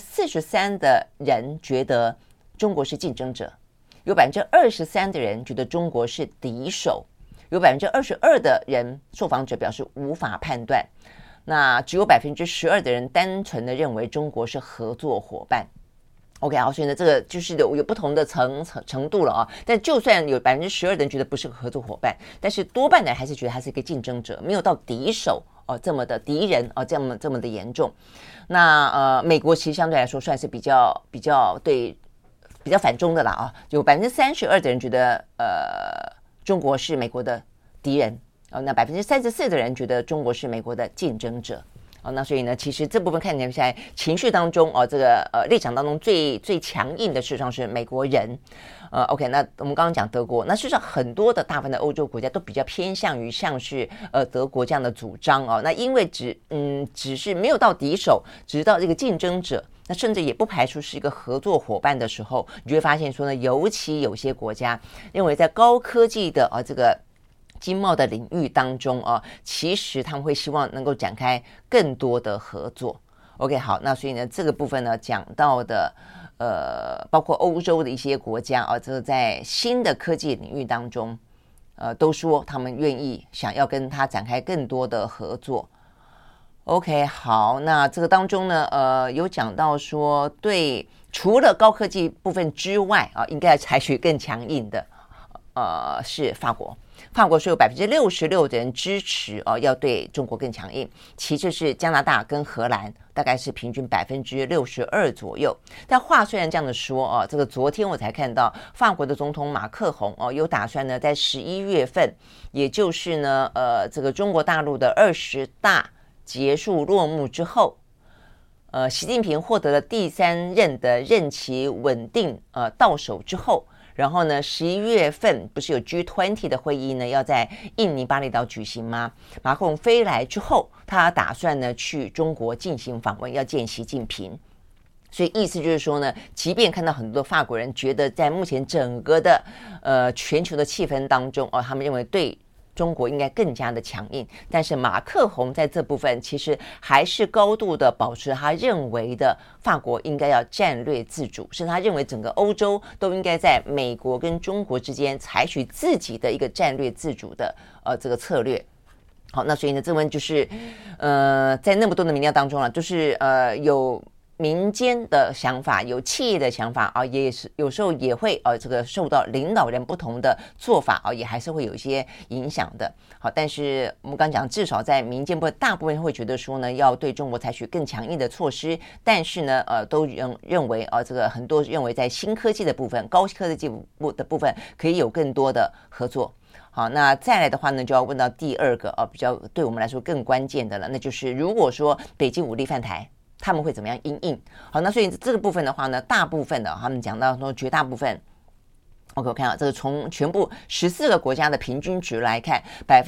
[SPEAKER 1] 43%的人觉得中国是竞争者，有23%的人觉得中国是敌手。有22%的人受访者表示无法判断，那只有12%的人单纯的认为中国是合作伙伴。OK 好，所以呢，这个就是有不同的程度了但就算有12%的人觉得不是个合作伙伴，但是多半的人还是觉得他是一个竞争者，没有到敌手这么的敌人这么的严重。那美国其实相对来说算是比较反中的啦有32%的人觉得中国是美国的敌人那34%的人觉得中国是美国的竞争者那所以呢，其实这部分看起来情绪当中这个立场当中最强硬的事实上是美国人OK， 那我们刚刚讲德国，那事实上很多的大部分的欧洲国家都比较偏向于像是德国这样的主张那因为只是没有到敌手，只是到这个竞争者，那甚至也不排除是一个合作伙伴的时候，你就会发现说呢，尤其有些国家认为在高科技的这个经贸的领域当中其实他们会希望能够展开更多的合作。 OK 好，那所以呢这个部分呢讲到的包括欧洲的一些国家这个在新的科技领域当中都说他们愿意想要跟他展开更多的合作。 OK 好，那这个当中呢有讲到说对除了高科技部分之外应该采取更强硬的是法国是有66%的人支持要对中国更强硬，其次是加拿大跟荷兰，大概是平均62%左右。但话虽然这样的说这个昨天我才看到法国的总统马克宏有打算呢在11月份，也就是呢这个中国大陆的20大结束落幕之后，习近平获得了第3任的任期稳定到手之后，然后呢11月份不是有 G20 的会议呢要在印尼巴厘岛举行吗？马克宏飞来之后，他打算呢去中国进行访问，要见习近平。所以意思就是说呢，即便看到很多法国人觉得在目前整个的全球的气氛当中他们认为对中国应该更加的强硬，但是马克宏在这部分其实还是高度的保持他认为的法国应该要战略自主，是他认为整个欧洲都应该在美国跟中国之间采取自己的一个战略自主的这个策略。好，那所以呢，这问就是在那么多的民调当中啊，就是有民间的想法，有企业的想法啊，也是有时候也会这个受到领导人不同的做法啊，也还是会有一些影响的。好，但是我们刚讲，至少在民间部分，大部分会觉得说呢，要对中国采取更强硬的措施，但是呢，都认为这个很多认为在新科技的部分、高科技的部分可以有更多的合作。好，那再来的话呢，就要问到第二个比较对我们来说更关键的了，那就是如果说北京武力犯台，他们会怎么样因应？好，那所以这个部分的话呢，大部分的他们讲到说，绝大部分 ，OK， 我看到这个从全部14个国家的平均值来看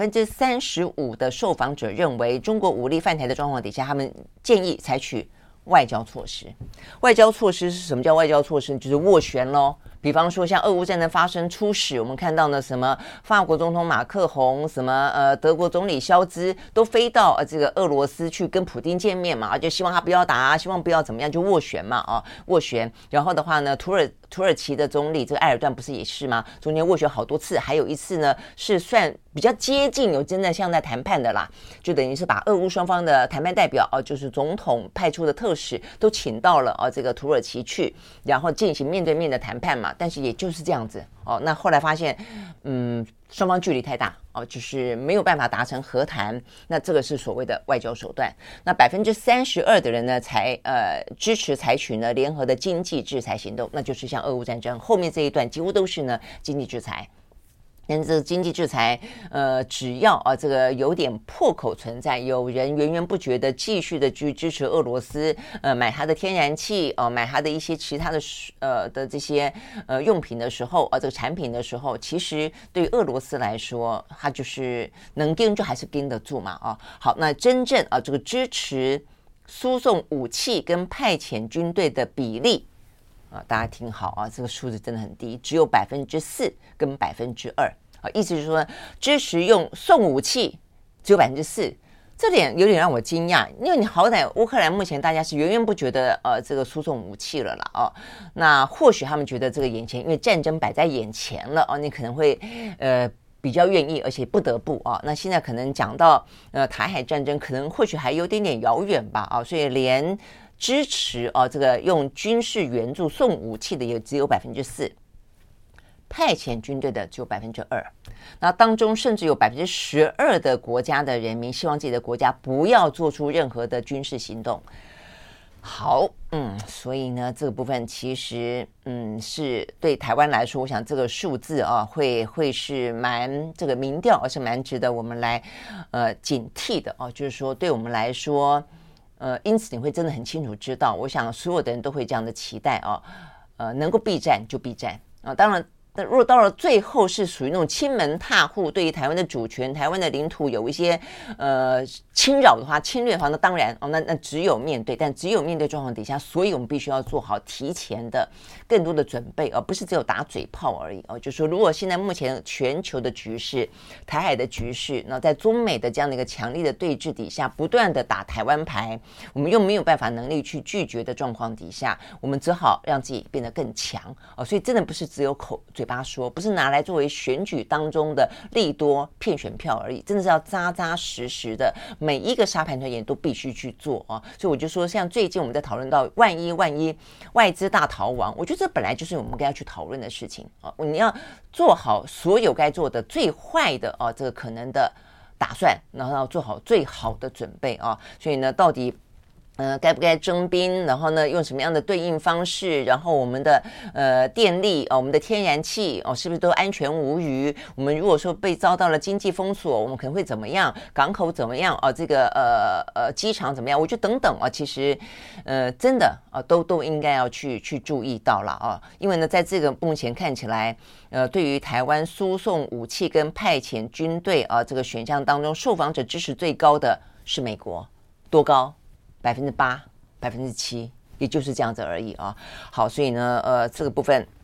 [SPEAKER 1] ，35%的受访者认为中国武力犯台的状况底下，他们建议采取外交措施。外交措施是什么叫外交措施？就是斡旋咯。比方说像俄乌战争发生初始，我们看到呢什么法国总统马克宏，什么德国总理肖兹都飞到这个俄罗斯去跟普丁见面嘛，就希望他不要打，希望不要怎么样，就斡旋嘛斡旋。然后的话呢，土耳其的总理这个埃尔段不是也是吗？中间斡旋好多次，还有一次呢是算比较接近有真的像在谈判的啦，就等于是把俄乌双方的谈判代表就是总统派出的特使都请到了这个土耳其去，然后进行面对面的谈判嘛。但是也就是这样子那后来发现双方距离太大就是没有办法达成和谈，那这个是所谓的外交手段。那32%的人呢才支持采取呢联合的经济制裁行动，那就是像俄乌战争后面这一段几乎都是呢经济制裁。但是这个经济制裁，只要这个有点破口存在，有人源源不绝的继续的去支持俄罗斯，买它的天然气，买它的一些其他的这些用品的时候，这个产品的时候，其实对于俄罗斯来说，它就是能盯就还是盯得住嘛好，那真正这个支持输送武器跟派遣军队的比例。大家听好这个数字真的很低，只有4%跟2%意思就是说支持用送武器只有4%，这点有点让我惊讶，因为你好歹乌克兰目前大家是源源不绝的这个输送武器了啦那或许他们觉得这个眼前因为战争摆在眼前了你可能会比较愿意，而且不得不那现在可能讲到台海战争，可能或许还有点遥远吧所以连支持这个用军事援助送武器的也只有4%，派遣军队的只有2%，那当中甚至有12%的国家的人民希望自己的国家不要做出任何的军事行动。好，所以呢，这个部分其实，是对台湾来说，我想这个数字会是蛮这个民调，而是蛮值得我们来警惕的就是说，对我们来说。因此你会真的很清楚知道，我想所有的人都会这样的期待能够避战就避战当然如果到了最后是属于那种亲门踏户，对于台湾的主权、台湾的领土有一些侵扰的话、侵略的话，那当然那只有面对，但只有面对状况底下，所以我们必须要做好提前的更多的准备不是只有打嘴炮而已就是说，如果现在目前全球的局势、台海的局势，那在中美的这样的一个强力的对峙底下，不断的打台湾牌，我们又没有办法能力去拒绝的状况底下，我们只好让自己变得更强所以真的不是只有嘴巴说，不是拿来作为选举当中的利多骗选票而已，真的是要扎扎实实的，每一个沙盘推演都必须去做所以我就说，像最近我们在讨论到万一外资大逃亡，我觉得这本来就是我们该要去讨论的事情你要做好所有该做的最坏的这个可能的打算，然后要做好最好的准备所以呢，到底该不该征兵，然后呢用什么样的对应方式，然后我们的电力我们的天然气是不是都安全无虞，我们如果说被遭到了经济封锁，我们可能会怎么样，港口怎么样这个机场怎么样，我觉得等等其实真的都应该要去注意到了因为呢在这个目前看起来对于台湾输送武器跟派遣军队这个选项当中，受访者支持最高的是美国，多高？8%、7%，也就是这样子而已好，所以呢，这个部分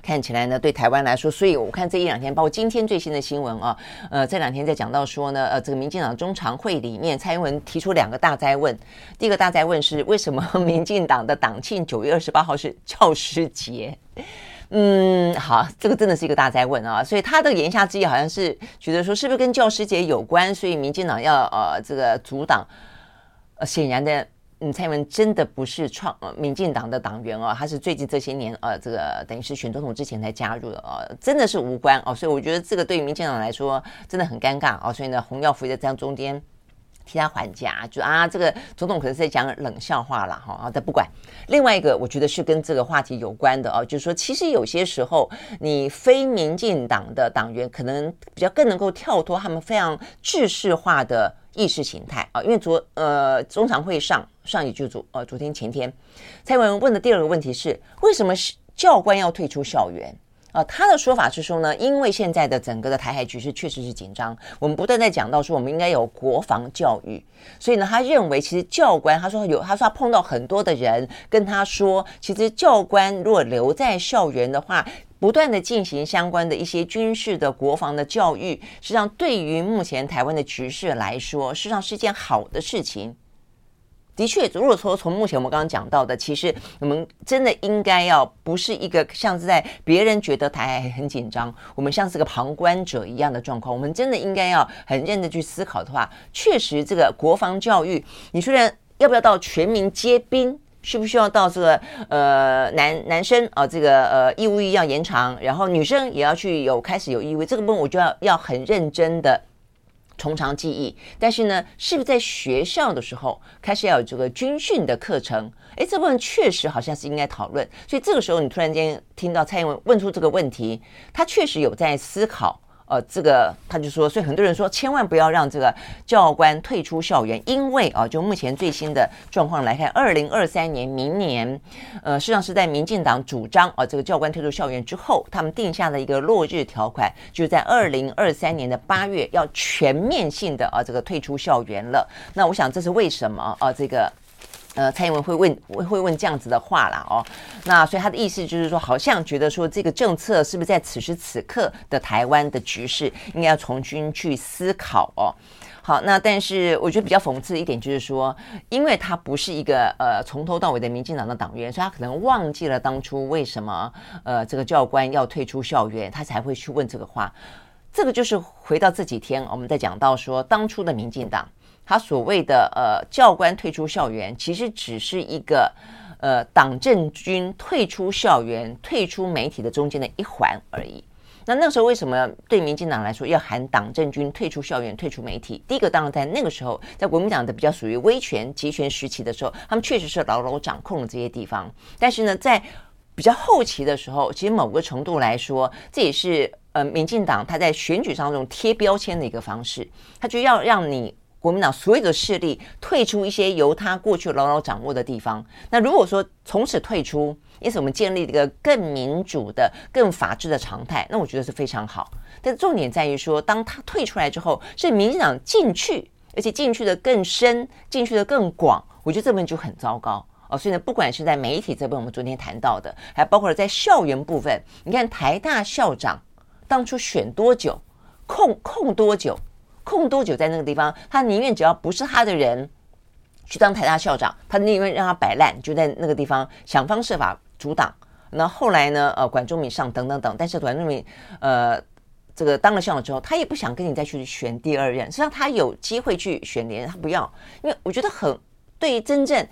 [SPEAKER 1] 看起来呢，对台湾来说，所以我看这一两天，包括今天最新的新闻啊，这两天在讲到说呢，这个民进党中常会里面，蔡英文提出2个大哉问。第一个大哉问是为什么民进党的党庆9月28号是教师节？好，这个真的是一个大哉问啊！所以他的言下之意好像是觉得说，是不是跟教师节有关？所以民进党要这个阻挡。显然的。蔡英文真的不是民进党的党员哦，他是最近这些年这个等于是选总统之前才加入的真的是无关哦，所以我觉得这个对于民进党来说真的很尴尬哦，所以呢，洪耀福在这样中间替他还价，就这个总统可能是在讲冷笑话啦哈，但不管。另外一个我觉得是跟这个话题有关的就是说其实有些时候你非民进党的党员可能比较更能够跳脱他们非常制式化的意识形态因为中常会上也就昨天前天，蔡英文问的第2个问题是为什么教官要退出校园他的说法是说呢，因为现在的整个的台海局势确实是紧张，我们不断在讲到说我们应该有国防教育，所以呢，他认为其实教官他说他碰到很多的人跟他说，其实教官如果留在校园的话，不断的进行相关的一些军事的国防的教育，实际上对于目前台湾的局势来说，实际上是一件好的事情。的确，如果说从目前我们刚刚讲到的，其实我们真的应该要不是一个像是在别人觉得台海很紧张，我们像是个旁观者一样的状况，我们真的应该要很认真去思考的话，确实这个国防教育，你虽然要不要到全民皆兵，需不需要到这个男生这个义务役要延长，然后女生也要去开始有义务，这个部分我就要很认真的从长计议，但是呢，是不是在学校的时候开始要有这个军训的课程？这部分确实好像是应该讨论。所以这个时候，你突然间听到蔡英文问出这个问题，他确实有在思考。这个他就说，所以很多人说，千万不要让这个教官退出校园，因为就目前最新的状况来看，2023年明年，实际上是在民进党主张这个教官退出校园之后，他们定下的一个落日条款，就是在2023年的8月要全面性的这个退出校园了。那我想这是为什么这个。蔡英文会问这样子的话啦那所以他的意思就是说，好像觉得说这个政策是不是在此时此刻的台湾的局势，应该要重新去思考好，那但是我觉得比较讽刺的一点就是说，因为他不是一个从头到尾的民进党的党员，所以他可能忘记了当初为什么这个教官要退出校园，他才会去问这个话。这个就是回到这几天我们在讲到说，当初的民进党他所谓的教官退出校园，其实只是一个党政军退出校园、退出媒体的中间的一环而已。那时候为什么对民进党来说要喊党政军退出校园、退出媒体？第一个当然在那个时候，在国民党的比较属于威权集权时期的时候，他们确实是牢牢掌控了这些地方。但是呢，在比较后期的时候，其实某个程度来说，这也是民进党他在选举当中贴标签的一个方式，他就要让你国民党所有的势力退出一些由他过去牢牢掌握的地方。那如果说从此退出，因此我们建立一个更民主的、更法治的常态，那我觉得是非常好。但重点在于说，当他退出来之后，是民进党进去，而且进去的更深，进去的更广，我觉得这部分就很糟糕。所以呢，不管是在媒体这边我们昨天谈到的，还包括了在校园部分，你看台大校长当初选多久，控多久在那个地方，他宁愿只要不是他的人去当台大校长，他宁愿让他摆烂，就在那个地方想方设法阻挡。那后来呢，管中闵上等等等，但是管中闵这个当了校长之后，他也不想跟你再去选第二任，实际上他有机会去选连任，他不要，因为我觉得对于真正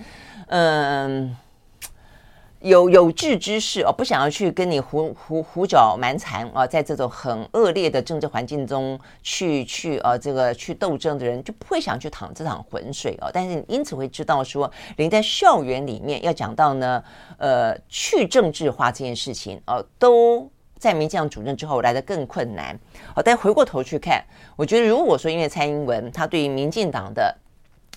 [SPEAKER 1] 有志之士不想要去跟你胡搅蛮缠在这种很恶劣的政治环境中去斗争的人，就不会想去淌这场浑水但是你因此会知道说，连在校园里面要讲到呢去政治化这件事情都在民进党主任之后来得更困难但回过头去看，我觉得如果说因为蔡英文他对于民进党的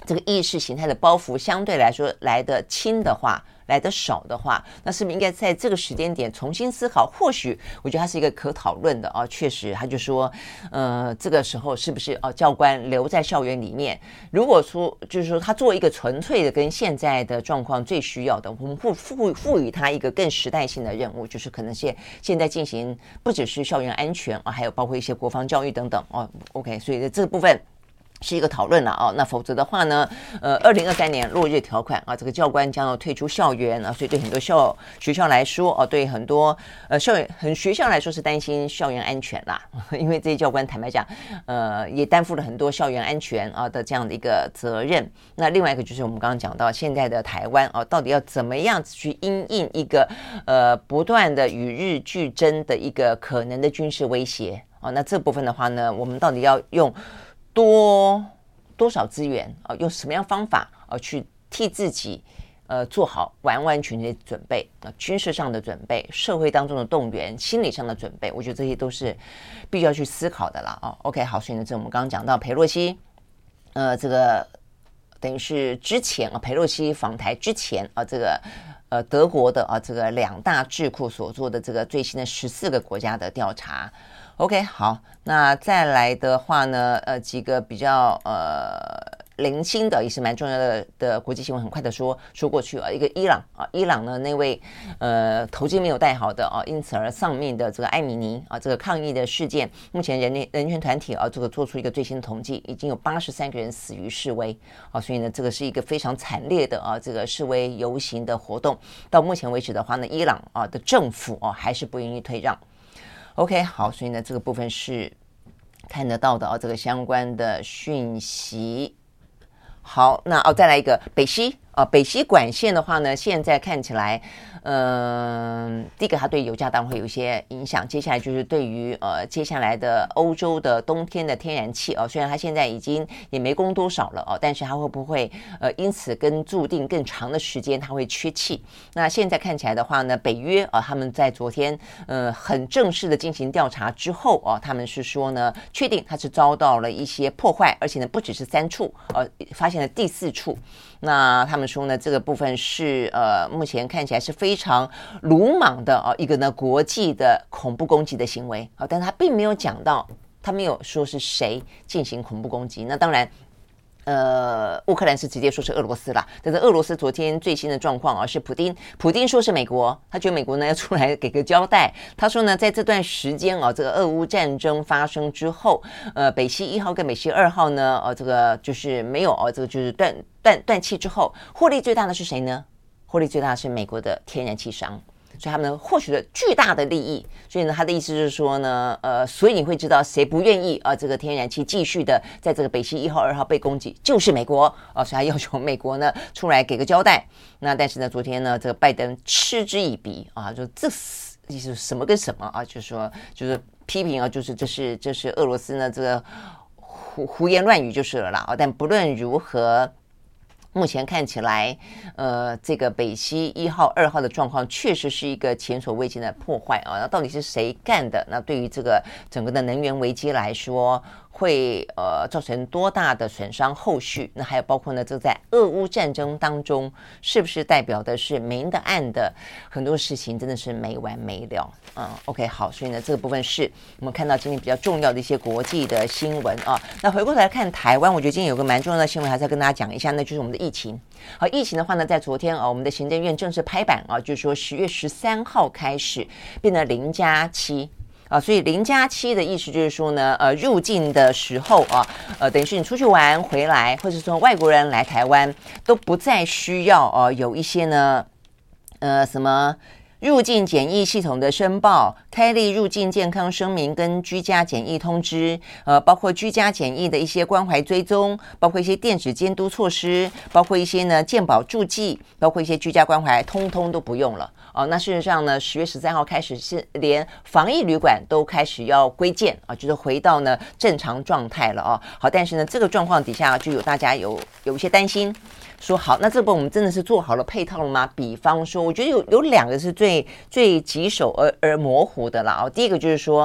[SPEAKER 1] 这个意识形态的包袱相对来说来得轻的话，来得少的话，那是不是应该在这个时间点重新思考？或许我觉得它是一个可讨论的啊。确实，他就说，这个时候是不是教官留在校园里面？如果说就是说他做一个纯粹的跟现在的状况最需要的，我们赋予他一个更时代性的任务，就是可能现在进行不只是校园安全啊，还有包括一些国防教育等等哦。OK， 所以这个部分是一个讨论了啊，那否则的话呢，2023年落日条款啊，这个教官将要退出校园啊，所以对很多学校来说啊，对很多学校来说是担心校园安全啦，因为这些教官坦白讲，也担负了很多校园安全啊的这样的一个责任。那另外一个就是我们刚刚讲到现在的台湾啊，到底要怎么样去因应一个不断的与日俱增的一个可能的军事威胁啊？那这部分的话呢，我们到底要用多少资源啊？用什么样方法去替自己做好完完全全的准备啊？军事上的准备、社会当中的动员、心理上的准备，我觉得这些都是必须要去思考的啦。哦 ，OK， 好，所以呢，这我们刚刚讲到裴洛西，这个等于是之前啊，裴洛西访台之前啊，这个德国的这个2大智库所做的这个最新的14个国家的调查。OK， 好，那再来的话呢，几个比较零星的也是蛮重要的国际新闻，很快的说过去啊，一个伊朗啊，伊朗呢那位头巾没有戴好的啊，因此而丧命的这个艾米尼啊，这个抗议的事件，目前人权团体啊，这个做出一个最新的统计，已经有83个人死于示威啊，所以呢，这个是一个非常惨烈的这个示威游行的活动。到目前为止的话呢，伊朗的政府还是不愿意退让。OK， 好，所以呢，这个部分是看得到的这个相关的讯息。好，那再来一个北溪管线的话呢，现在看起来，第一个它对油价当然会有一些影响。接下来就是对于接下来的欧洲的冬天的天然气虽然它现在已经也没供多少了但是它会不会因此跟注定更长的时间它会缺气？那现在看起来的话呢，北约他们在昨天很正式的进行调查之后他们是说呢，确定它是遭到了一些破坏，而且呢不只是3处发现了第4处。那他们说呢，这个部分是目前看起来是非常鲁莽的一个呢国际的恐怖攻击的行为但他并没有讲到，他没有说是谁进行恐怖攻击。那当然乌克兰是直接说是俄罗斯啦，但是俄罗斯昨天最新的状况是普丁说是美国，他觉得美国呢要出来给个交代。他说呢，在这段时间这个俄乌战争发生之后，北溪1号跟北溪2号呢这个就是没有这个就是断气之后，获利最大的是谁呢？获利最大的是美国的天然气商，所以他们获取了巨大的利益。所以呢，他的意思是说呢，所以你会知道谁不愿意这个天然气继续的在这个北溪1号、2号被攻击，就是美国所以他要求美国呢出来给个交代。那但是呢，昨天呢，这个拜登嗤之以鼻就这是什么跟什么就是批评就是这是俄罗斯呢这个胡言乱语就是了啦但不论如何，目前看起来这个北溪1号、2号的状况确实是一个前所未见的破坏那到底是谁干的？那对于这个整个的能源危机来说，会造成多大的损伤？后续那还有包括呢，这在俄乌战争当中，是不是代表的是明的暗的很多事情真的是没完没了？OK， 好，所以呢，这个部分是我们看到今天比较重要的一些国际的新闻那回过头来看台湾，我觉得今天有个蛮重要的新闻，还是要跟大家讲一下，那就是我们的疫情。好，疫情的话呢，在昨天我们的行政院正式拍板就是说10月13号开始变成0+7。所以0+7的意思就是说呢，入境的时候等于是你出去玩回来，或者说外国人来台湾，都不再需要有一些呢，什么入境检疫系统的申报、开立入境健康声明跟居家检疫通知，包括居家检疫的一些关怀追踪，包括一些电子监督措施，包括一些呢健保注记，包括一些居家关怀，通通都不用了。那事实上呢，10月13号开始是连防疫旅馆都开始要归建就是回到呢正常状态了好，但是呢这个状况底下就有大家有一些担心，说好，那这波我们真的是做好了配套了吗？比方说，我觉得有2个是最棘手而模糊的啦第一个就是说，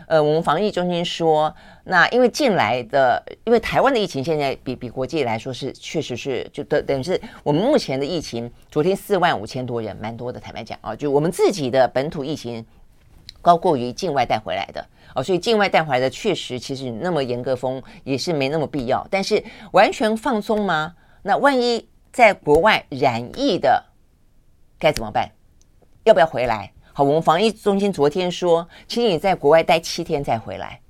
[SPEAKER 1] 我们防疫中心说，那因为进来的，因为台湾的疫情现在比国际来说是确实是就等于是我们目前的疫情，昨天45000多人，蛮多的，坦白讲啊，就我们自己的本土疫情高过于境外带回来的所以境外带回来的确实其实那么严格封也是没那么必要，但是完全放松吗？那万一在国外染疫的该怎么办？要不要回来？好，我们防疫中心昨天说，请你在国外待7天再回来。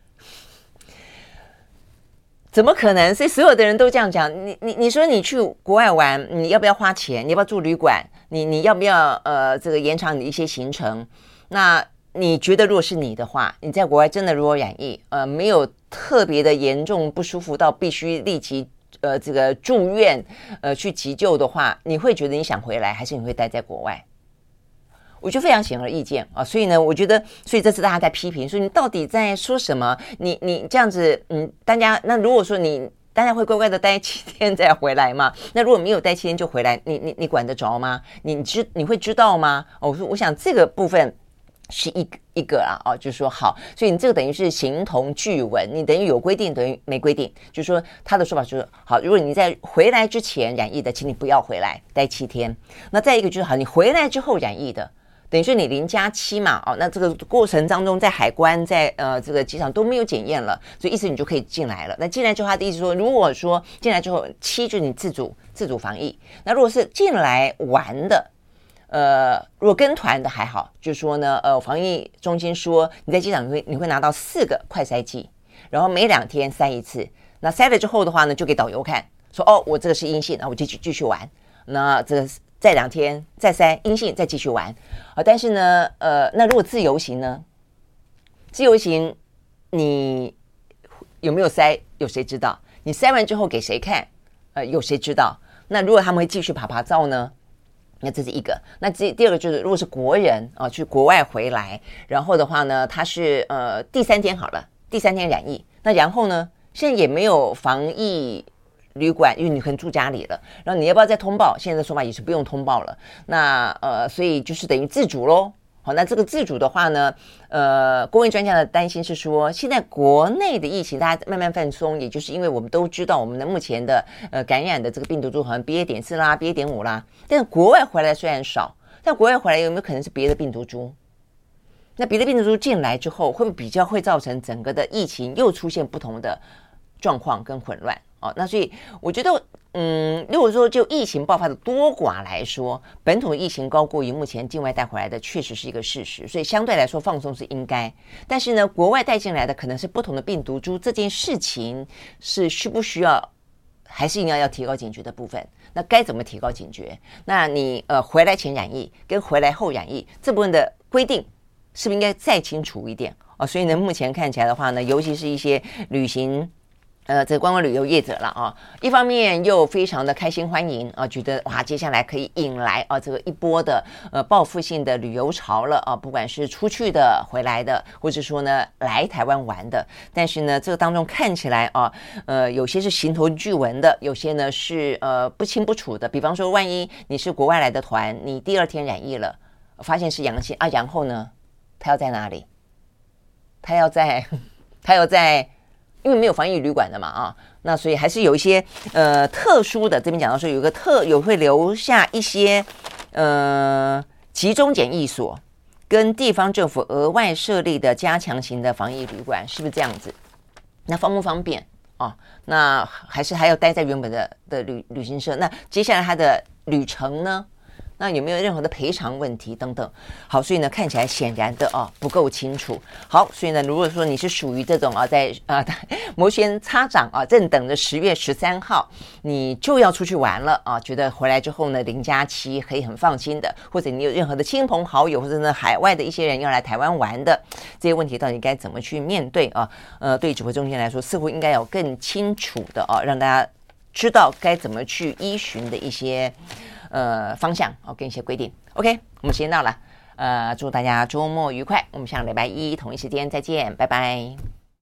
[SPEAKER 1] 怎么可能？所以所有的人都这样讲。你说你去国外玩，你要不要花钱？你要不要住旅馆？你要不要这个延长你的一些行程？那你觉得如果是你的话，你在国外真的如果染疫，没有特别的严重不舒服到必须立即这个住院去急救的话，你会觉得你想回来，还是你会待在国外？我就非常显而易见所以呢，我觉得，所以这次大家在批评，说你到底在说什么？你这样子，大家那如果说大家会乖乖的待7天再回来嘛？那如果没有待7天就回来，你管得着吗？你会知道吗？我想这个部分是一个就是说好，所以你这个等于是形同具文，你等于有规定，等于没规定。就是说他的说法就是好，如果你在回来之前染疫的，请你不要回来待7天。那再一个就是好，你回来之后染疫的。等于说你0+7嘛那这个过程当中在海关在这个机场都没有检验了，所以意思你就可以进来了。那进来之后他的意思说，如果说进来之后7就是你自主防疫，那如果是进来玩的如果跟团的还好，就是说呢防疫中心说你在机场你会拿到4个快筛剂，然后每2天筛一次，那筛了之后的话呢就给导游看说我这个是阴性，那我继续玩，那这个再2天再筛阴性再继续玩但是呢那如果自由行呢？自由行你有没有筛？有谁知道？你筛完之后给谁看？有谁知道？那如果他们会继续爬照呢？那这是一个。那第二个就是，如果是国人去国外回来，然后的话呢，他是第3天好了，第3天染疫，那然后呢，现在也没有防疫旅馆，因为你可能住家里了，然后你要不要再通报？现在的说法也是不用通报了。那所以就是等于自主咯。好，那这个自主的话呢，公卫专家的担心是说，现在国内的疫情大家慢慢放松，也就是因为我们都知道我们的目前的感染的这个病毒株好像 BA.4 啦 BA.5 啦，但是国外回来虽然少，但国外回来有没有可能是别的病毒株？那别的病毒株进来之后，会不会比较会造成整个的疫情又出现不同的状况跟混乱？那所以我觉得如果说就疫情爆发的多寡来说，本土疫情高过于目前境外带回来的确实是一个事实，所以相对来说放松是应该。但是呢，国外带进来的可能是不同的病毒株，这件事情是需不需要还是应该要提高警觉的部分。那该怎么提高警觉？那你回来前染疫跟回来后染疫这部分的规定是不是应该再清楚一点所以呢，目前看起来的话呢，尤其是一些旅行这个观光旅游业者了一方面又非常的开心欢迎觉得哇，接下来可以引来这个一波的报复性的旅游潮了不管是出去的回来的，或者说呢来台湾玩的。但是呢，这个当中看起来有些是形同具文的，有些呢是不清不楚的。比方说，万一你是国外来的团，你第2天染疫了，发现是阳性然后呢，他要在哪里？他要在因为没有防疫旅馆的嘛那所以还是有一些特殊的，这边讲到说有会留下一些集中检疫所跟地方政府额外设立的加强型的防疫旅馆，是不是这样子？那方不方便那还要待在原本的旅行社？那接下来他的旅程呢？那有没有任何的赔偿问题等等？好，所以呢，看起来显然的不够清楚。好，所以呢，如果说你是属于这种在摩拳擦掌正等着10月13号你就要出去玩了觉得回来之后呢0+7可以很放心的，或者你有任何的亲朋好友或者呢海外的一些人要来台湾玩的，这些问题到底该怎么去面对对指挥中心来说，似乎应该有更清楚的让大家知道该怎么去依循的一些方向跟一些规定。 OK， 我们时间到了祝大家周末愉快，我们下个礼拜一同一时间再见，拜拜。